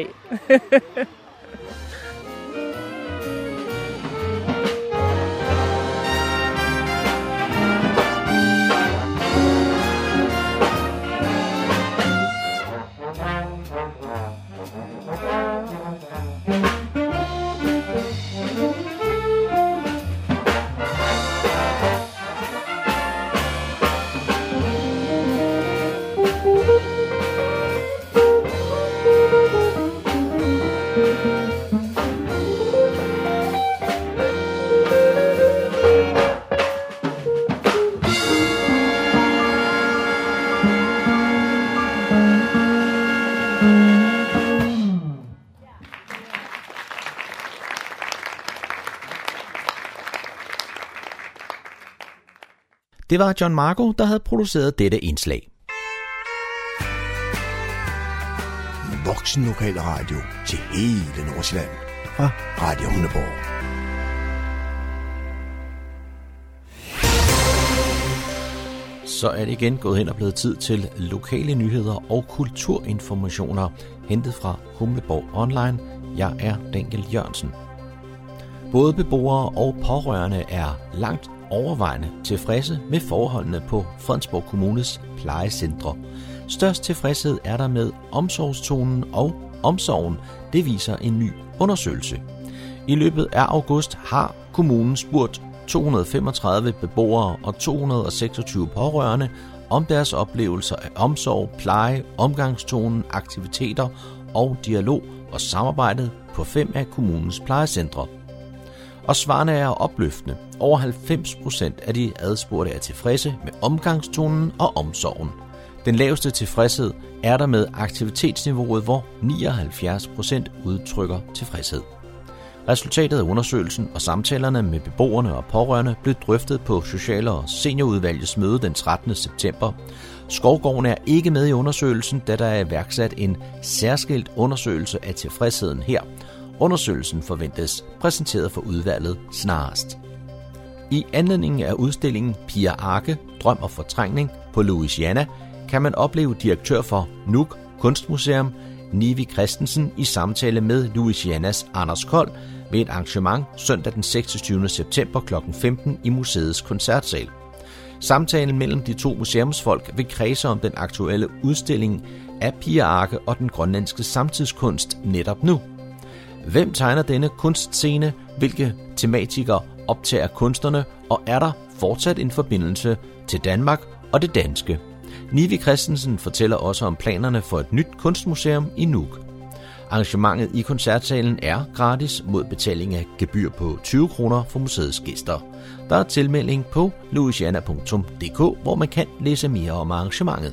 S11: Det var John Marco, der havde produceret dette indslag.
S12: Voksen lokal radio til hele Nordsjælland fra Radio Hundeborg.
S11: Så er det igen gået hen og blevet tid til lokale nyheder og kulturinformationer, hentet fra Humleborg Online. Jeg er Daniel Jørgensen. Både beboere og pårørende er langt overvejende tilfredse med forholdene på Fredensborg Kommunes plejecentre. Størst tilfredshed er der med omsorgstonen og omsorgen, det viser en ny undersøgelse. I løbet af august har kommunen spurgt to hundrede og femogtredive beboere og to hundrede og seksogtyve pårørende om deres oplevelser af omsorg, pleje, omgangstonen, aktiviteter og dialog og samarbejdet på fem af kommunens plejecentre. Og svarene er opløftende. Over halvfems procent af de adspurgte er tilfredse med omgangstonen og omsorgen. Den laveste tilfredshed er der med aktivitetsniveauet, hvor nioghalvfjerds procent udtrykker tilfredshed. Resultatet af undersøgelsen og samtalerne med beboerne og pårørende blev drøftet på Social- og Seniorudvalgets møde den trettende september. Skovgården er ikke med i undersøgelsen, da der er iværksat en særskilt undersøgelse af tilfredsheden her. Undersøgelsen forventes præsenteret for udvalget snarest. I anledningen af udstillingen Pia Arke, Drøm og Fortrængning på Louisiana, kan man opleve direktør for Nuuk Kunstmuseum, Nivi Christensen, i samtale med Louisianas Anders Kold ved et arrangement søndag den seksogtyvende september klokken femten i museets koncertsal. Samtalen mellem de to museumsfolk vil kredse om den aktuelle udstilling af Pia Arke og den grønlandske samtidskunst netop nu. Hvem tegner denne kunstscene? Hvilke tematikere optager kunstnerne? Og er der fortsat en forbindelse til Danmark og det danske? Nivi Christensen fortæller også om planerne for et nyt kunstmuseum i Nuuk. Arrangementet i koncertsalen er gratis mod betaling af gebyr på tyve kroner for museets gæster. Der er tilmelding på louisiana punktum d k, hvor man kan læse mere om arrangementet.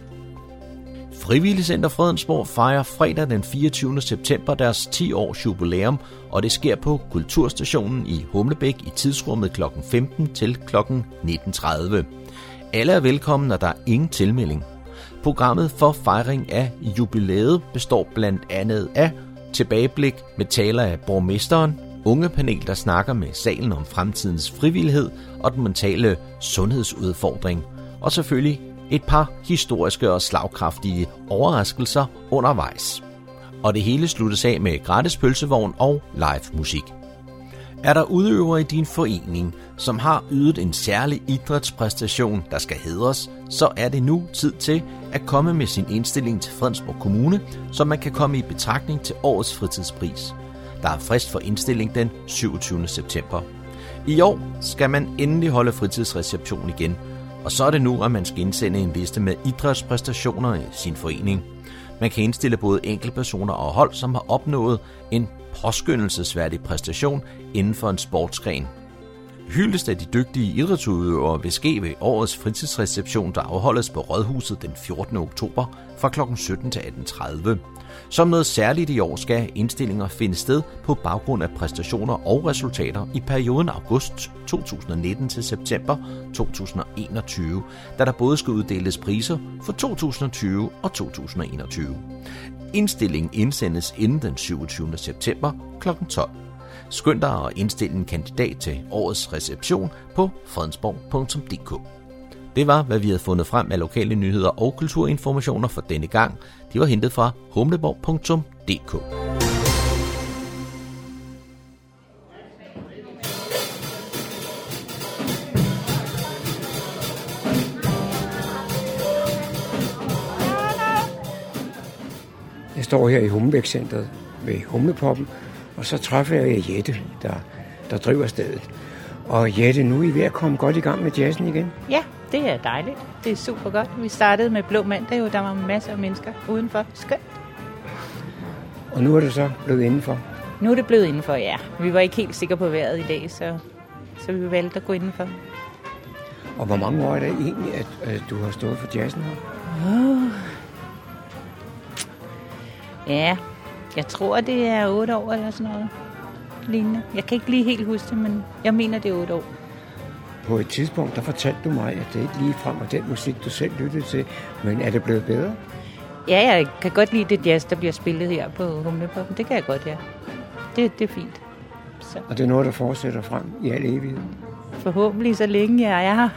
S11: Frivilligcenter Fredensborg fejrer fredag den fireogtyvende september deres ti års jubilæum, og det sker på Kulturstationen i Humlebæk i tidsrummet klokken femten til klokken nitten tredive. Alle er velkommen, og der er ingen tilmelding. Programmet for fejring af jubilæet består blandt andet af tilbageblik med taler af borgmesteren, unge panel, der snakker med salen om fremtidens frivillighed og den mentale sundhedsudfordring, og selvfølgelig et par historiske og slagkraftige overraskelser undervejs. Og det hele sluttes af med gratis pølsevogn og live musik. Er der udøvere i din forening, som har ydet en særlig idrætspræstation, der skal hædres, så er det nu tid til at komme med sin indstilling til Fredensborg Kommune, så man kan komme i betragtning til årets fritidspris. Der er frist for indstilling den syvogtyvende september. I år skal man endelig holde fritidsreception igen, og så er det nu, at man skal indsende en liste med idrætspræstationer i sin forening. Man kan indstille både enkeltpersoner og hold, som har opnået en påskyndelsesværdig præstation inden for en sportsgren. Hyldest af de dygtige idrætsudøvere vil ske ved årets fritidsreception, der afholdes på Rådhuset den fjortende oktober fra klokken sytten til atten tredive. Som noget særligt i år skal indstillinger finde sted på baggrund af præstationer og resultater i perioden august to tusind nitten til september to tusind enogtyve, da der både skal uddeles priser for to tusind tyve og to tusind enogtyve. Indstillingen indsendes inden den syvogtyvende september klokken tolv. Skynd dig at indstille en kandidat til årets reception på fredensborg punktum d k. Det var, hvad vi havde fundet frem af lokale nyheder og kulturinformationer for denne gang. De var hentet fra humleborg punktum d k.
S2: Jeg står her i Humlebæk-centret ved Humlepoppen, og så træffer jeg Jette, der, der driver stedet. Og Jette, nu er I ved at komme godt i gang med jazzen igen?
S17: Ja, det er dejligt. Det er super godt. Vi startede med Blå Mandag, og der var masser af mennesker udenfor. Skønt.
S2: Og nu er det så blevet indenfor?
S17: Nu er det blevet indenfor, ja. Vi var ikke helt sikre på vejret i dag, så, så vi valgte at gå indenfor.
S2: Og hvor mange år er det egentlig, at, at du har stået for jazzen her?
S17: Oh. Ja, jeg tror, det er otte år eller sådan noget lignende. Jeg kan ikke lige helt huske det, men jeg mener, det er otte år.
S2: På et tidspunkt, der fortalte du mig, at det ikke lige frem var den musik, du selv lyttede til, men er det blevet bedre?
S17: Ja, jeg kan godt lide det jazz, der bliver spillet her på Humlepoppen. Det kan jeg godt, ja. Det, det er fint. Så.
S2: Og det er noget, der fortsætter frem i al evighed?
S17: Forhåbentlig så længe jeg er her.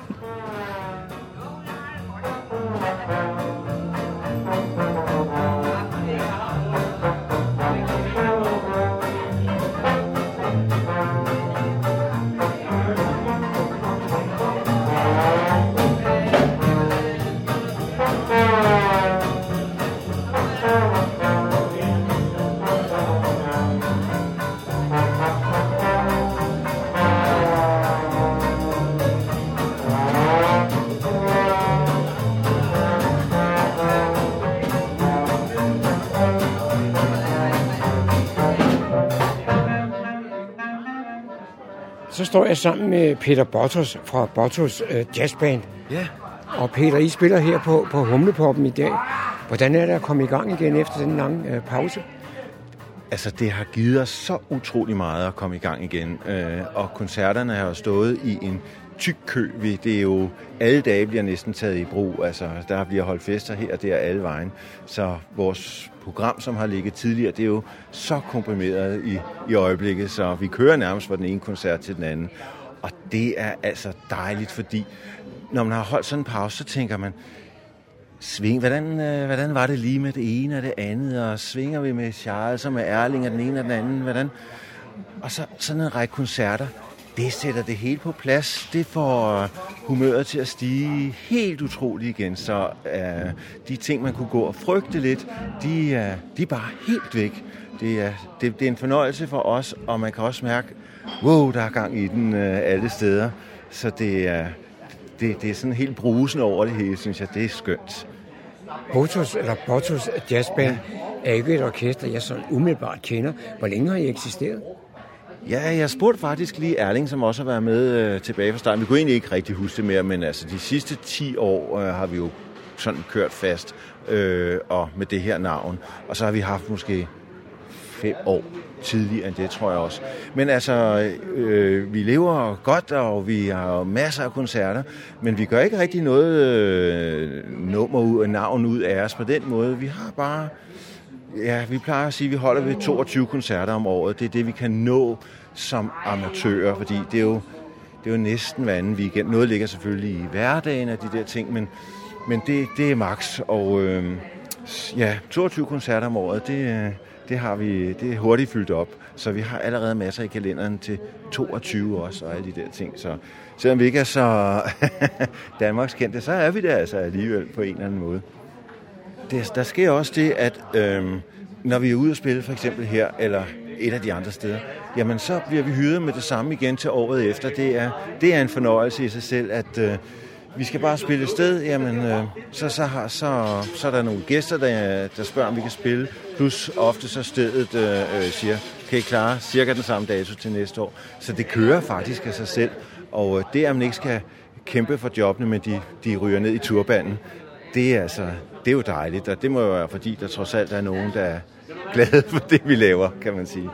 S2: Så står jeg sammen med Peter Bottos fra Bottos øh, Jazzband.
S18: Ja.
S2: Og Peter, I spiller her på, på Humlepoppen i dag. Hvordan er det at komme i gang igen efter den lange øh, pause?
S18: Altså, det har givet os så utrolig meget at komme i gang igen. Øh, og koncerterne har jo stået i en tyk kø. Det er jo, alle dage bliver næsten taget i brug. Altså, der bliver holdt fester her og der alle vejen. Så vores program, som har ligget tidligere, det er jo så komprimeret i, i øjeblikket, så vi kører nærmest fra den ene koncert til den anden. Og det er altså dejligt, fordi når man har holdt sådan en pause, så tænker man, sving, hvordan, øh, hvordan var det lige med det ene og det andet, og svinger vi med Charles og med Erling og den ene og den anden, hvordan? Og så sådan en række koncerter, det sætter det hele på plads, det får humøret til at stige helt utroligt igen, så øh, de ting, man kunne gå og frygte lidt, de, øh, de er bare helt væk. Det er, det, det er en fornøjelse for os, og man kan også mærke, wow, der er gang i den øh, alle steder, så det er... Det, det er sådan helt brusende over det hele, synes jeg. Det er skønt.
S2: Bottos, eller Bottos Jazzband, er ikke et orkester, jeg sådan umiddelbart kender. Hvor længe har I eksisteret?
S18: Ja, jeg spurgte faktisk lige Erling, som også har været med øh, tilbage fra starten. Vi kunne egentlig ikke rigtig huske det mere, men altså de sidste ti år øh, har vi jo sådan kørt fast øh, og med det her navn. Og så har vi haft måske fem år tidligere end det, tror jeg også. Men altså, øh, vi lever godt, og vi har masser af koncerter, men vi gør ikke rigtig noget øh, nummer ud af navn ud af os på den måde. Vi har bare Ja, vi plejer at sige, at vi holder ved toogtyve koncerter om året. Det er det, vi kan nå som amatører, fordi det er jo, det er jo næsten hver anden weekend. Noget ligger selvfølgelig i hverdagen af de der ting, men, men det, det er max. Og øh, ja, toogtyve koncerter om året, det, det har vi, det er hurtigt fyldt op. Så vi har allerede masser i kalenderen til toogtyve også, og alle de der ting. Så selvom vi ikke er så Danmarks kendte, så er vi der altså alligevel på en eller anden måde. Det, der sker også det, at øhm, når vi er ude at spille, for eksempel her, eller et af de andre steder, jamen så bliver vi hyret med det samme igen til året efter. Det er, det er en fornøjelse i sig selv, at øh, vi skal bare spille et sted, jamen øh, så, så, har, så, så er der nogle gæster, der, der spørger, om vi kan spille, plus ofte så stedet øh, siger, kan I klare cirka den samme dato til næste år. Så det kører faktisk af sig selv, og øh, det, at man ikke skal kæmpe for jobbene, men de, de ryger ned i turbanen, det er altså... Det er jo dejligt, og det må jo være, fordi der trods alt er nogen, der er glade for det, vi laver, kan man sige.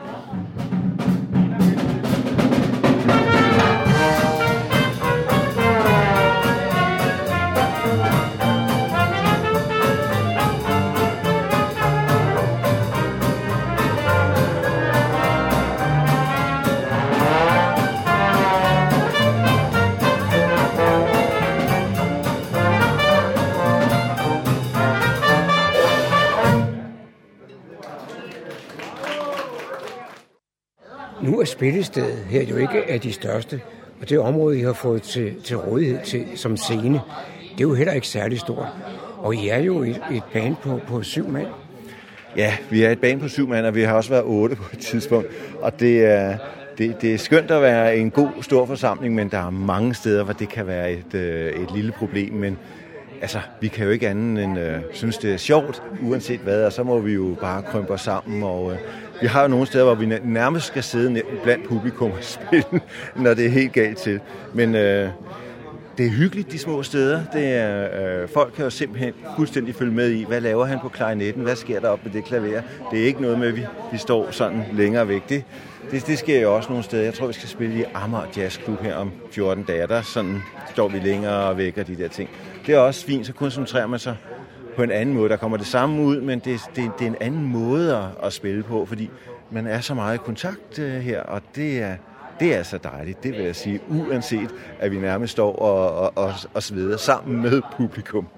S2: Nu er spillestedet her jo ikke af de største, og det område, I har fået til, til rådighed til, som scene, det er jo heller ikke særlig stort. Og I er jo et, et band på, på syv mand.
S18: Ja, vi er et band på syv mand, og vi har også været otte på et tidspunkt. Og det er, det, det er skønt at være en god, stor forsamling, men der er mange steder, hvor det kan være et, et lille problem. Men altså, vi kan jo ikke andet end øh, synes, det er sjovt, uanset hvad, og så må vi jo bare krympe os sammen. Og øh, vi har jo nogle steder, hvor vi nærmest skal sidde blandt publikum og spille, når det er helt galt til. Men øh, det er hyggeligt, de små steder. Det er, øh, folk kan jo simpelthen fuldstændig følge med i, hvad laver han på klarinetten, hvad sker der op med det klaver. Det er ikke noget med, at vi, vi står sådan længere væk. Det, det, det sker jo også nogle steder. Jeg tror, vi skal spille i Amager Jazzklub her om fjorten dage. Der sådan står vi længere væk og de der ting. Det er også fint, så koncentrerer man sig på en anden måde. Der kommer det samme ud, men det, det, det er en anden måde at, at spille på, fordi man er så meget i kontakt uh, her, og det er, det er så dejligt, det vil jeg sige, uanset at vi nærmest står og, og, og, og sveder sammen med publikum.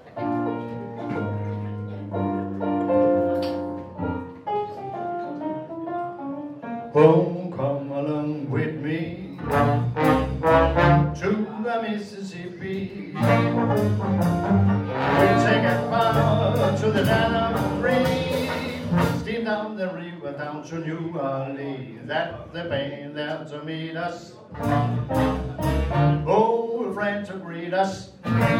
S19: Oh, come along with me to the Mississippi. We'll take a car to the land of the free. Steam down the river down to New Orleans. That's the band there to meet us. Old friends to greet us.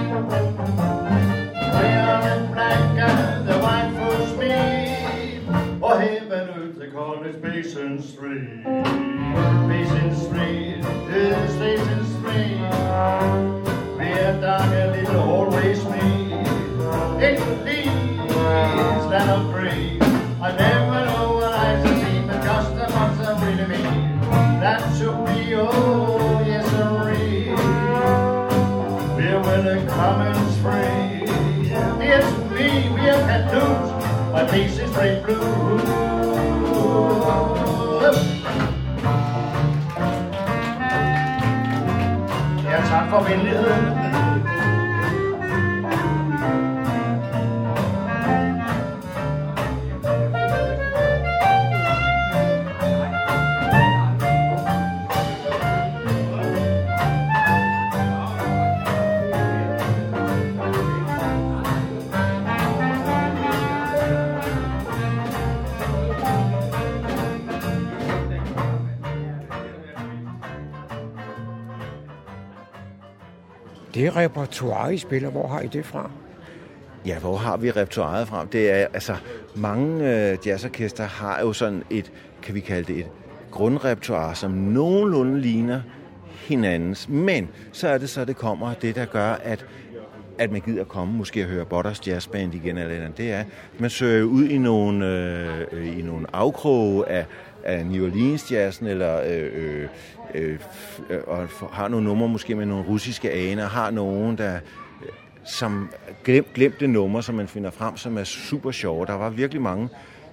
S19: We are the black and the white folks meet. Og heaven ud, they call it Basin Street. Basin Street, is Basin Street. We are down a little always me. It leads land of free. I never know what I see, but just the ones that really mean. That should be oh, yes, sirree. We're where the commons free. It's me, we are canoes. My face is straight blue. Ja, tak for venligheden.
S2: Det repertoire, I spiller, hvor har I det fra?
S18: Ja, hvor har vi repertoiret fra? Det er, altså, mange øh, jazzorkester har jo sådan et, kan vi kalde det et grundrepertoire, som nogenlunde ligner hinandens. Men så er det så, det kommer det, der gør, at at man gider komme måske at høre Butters Jazzband igen eller andet. Det er, man søger ud i nogle, øh, i nogle afkroge af, af New Orleans jazzen, eller øh, øh, øh, og har nogle numre måske med nogle russiske aner, har nogen, der som glem, glemte numre, som man finder frem, som er super sjove. Der var virkelig mange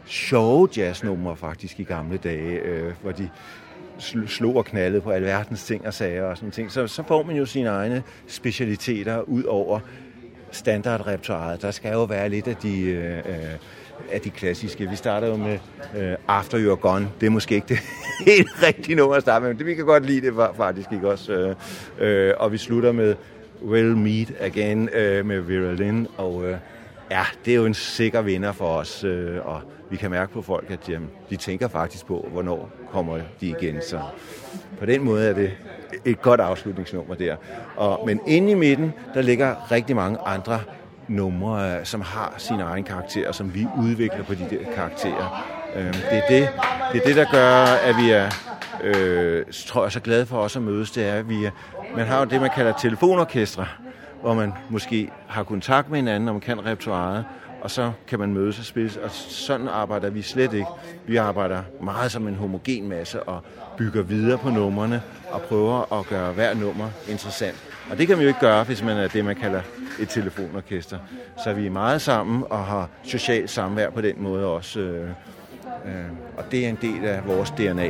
S18: sjove jazznumre faktisk i gamle dage, øh, hvor de slog og knaldede på alverdens ting og sager og sådan ting. Så, så får man jo sine egne specialiteter ud over standardrepertoiret. Der skal jo være lidt af de, øh, af de klassiske. Vi starter jo med øh, After You're Gone. Det er måske ikke det helt rigtige nummer at starte med, men det, vi kan godt lide det faktisk ikke også. Øh, øh, og vi slutter med We'll Meet Again øh, med Vera Lynn, og øh, ja, det er jo en sikker vinder for os, øh, og vi kan mærke på folk, at jamen, de tænker faktisk på, hvornår kommer de igen. Så på den måde er det et godt afslutningsnummer der. Og, men inde i midten, der ligger rigtig mange andre numre, som har sin egen karakter, som vi udvikler på de der karakterer. Øh, det, er det, det er det, der gør, at vi er øh, tror jeg, så glade for os at mødes. Det er, at vi er, man har jo det, man kalder telefonorkestre, hvor man måske har kontakt med hinanden, og man kan repertoiret, og så kan man mødes og spille, og sådan arbejder vi slet ikke. Vi arbejder meget som en homogen masse, og bygger videre på numrene, og prøver at gøre hver nummer interessant. Og det kan man jo ikke gøre, hvis man er det, man kalder et telefonorkester. Så vi er meget sammen, og har socialt samvær på den måde også. Øh, øh, og det er en del af vores D N A.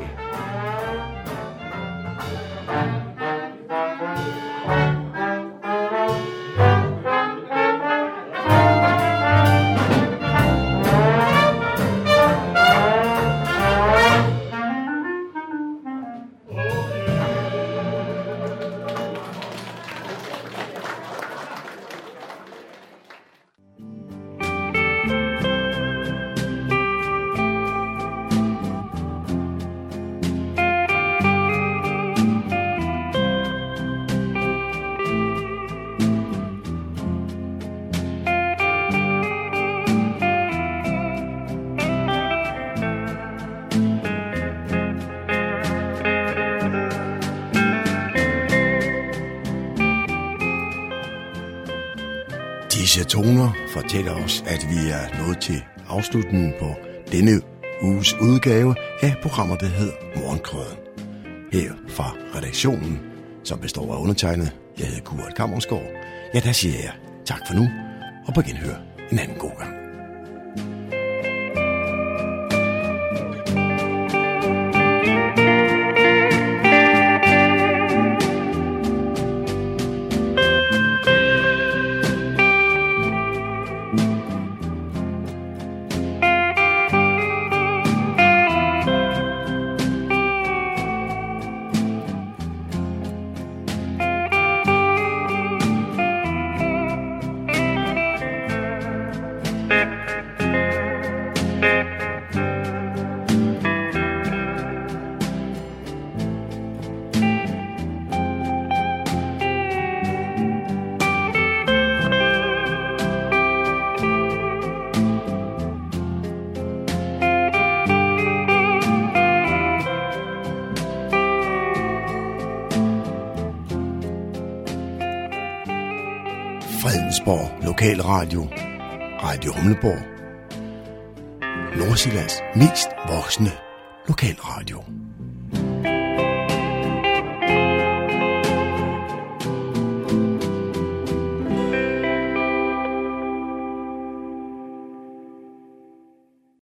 S12: Disse toner fortæller os, at vi er nået til afslutningen på denne uges udgave af programmet, der hedder Morgenkrøden. Her fra redaktionen, som består af undertegnet, jeg hedder Kurt Kammersgaard. Ja, der siger jeg tak for nu, og på genhør en anden god gang. Fredensborg Lokalradio, Radio Humleborg, Nordsjællands mest voksne lokalradio.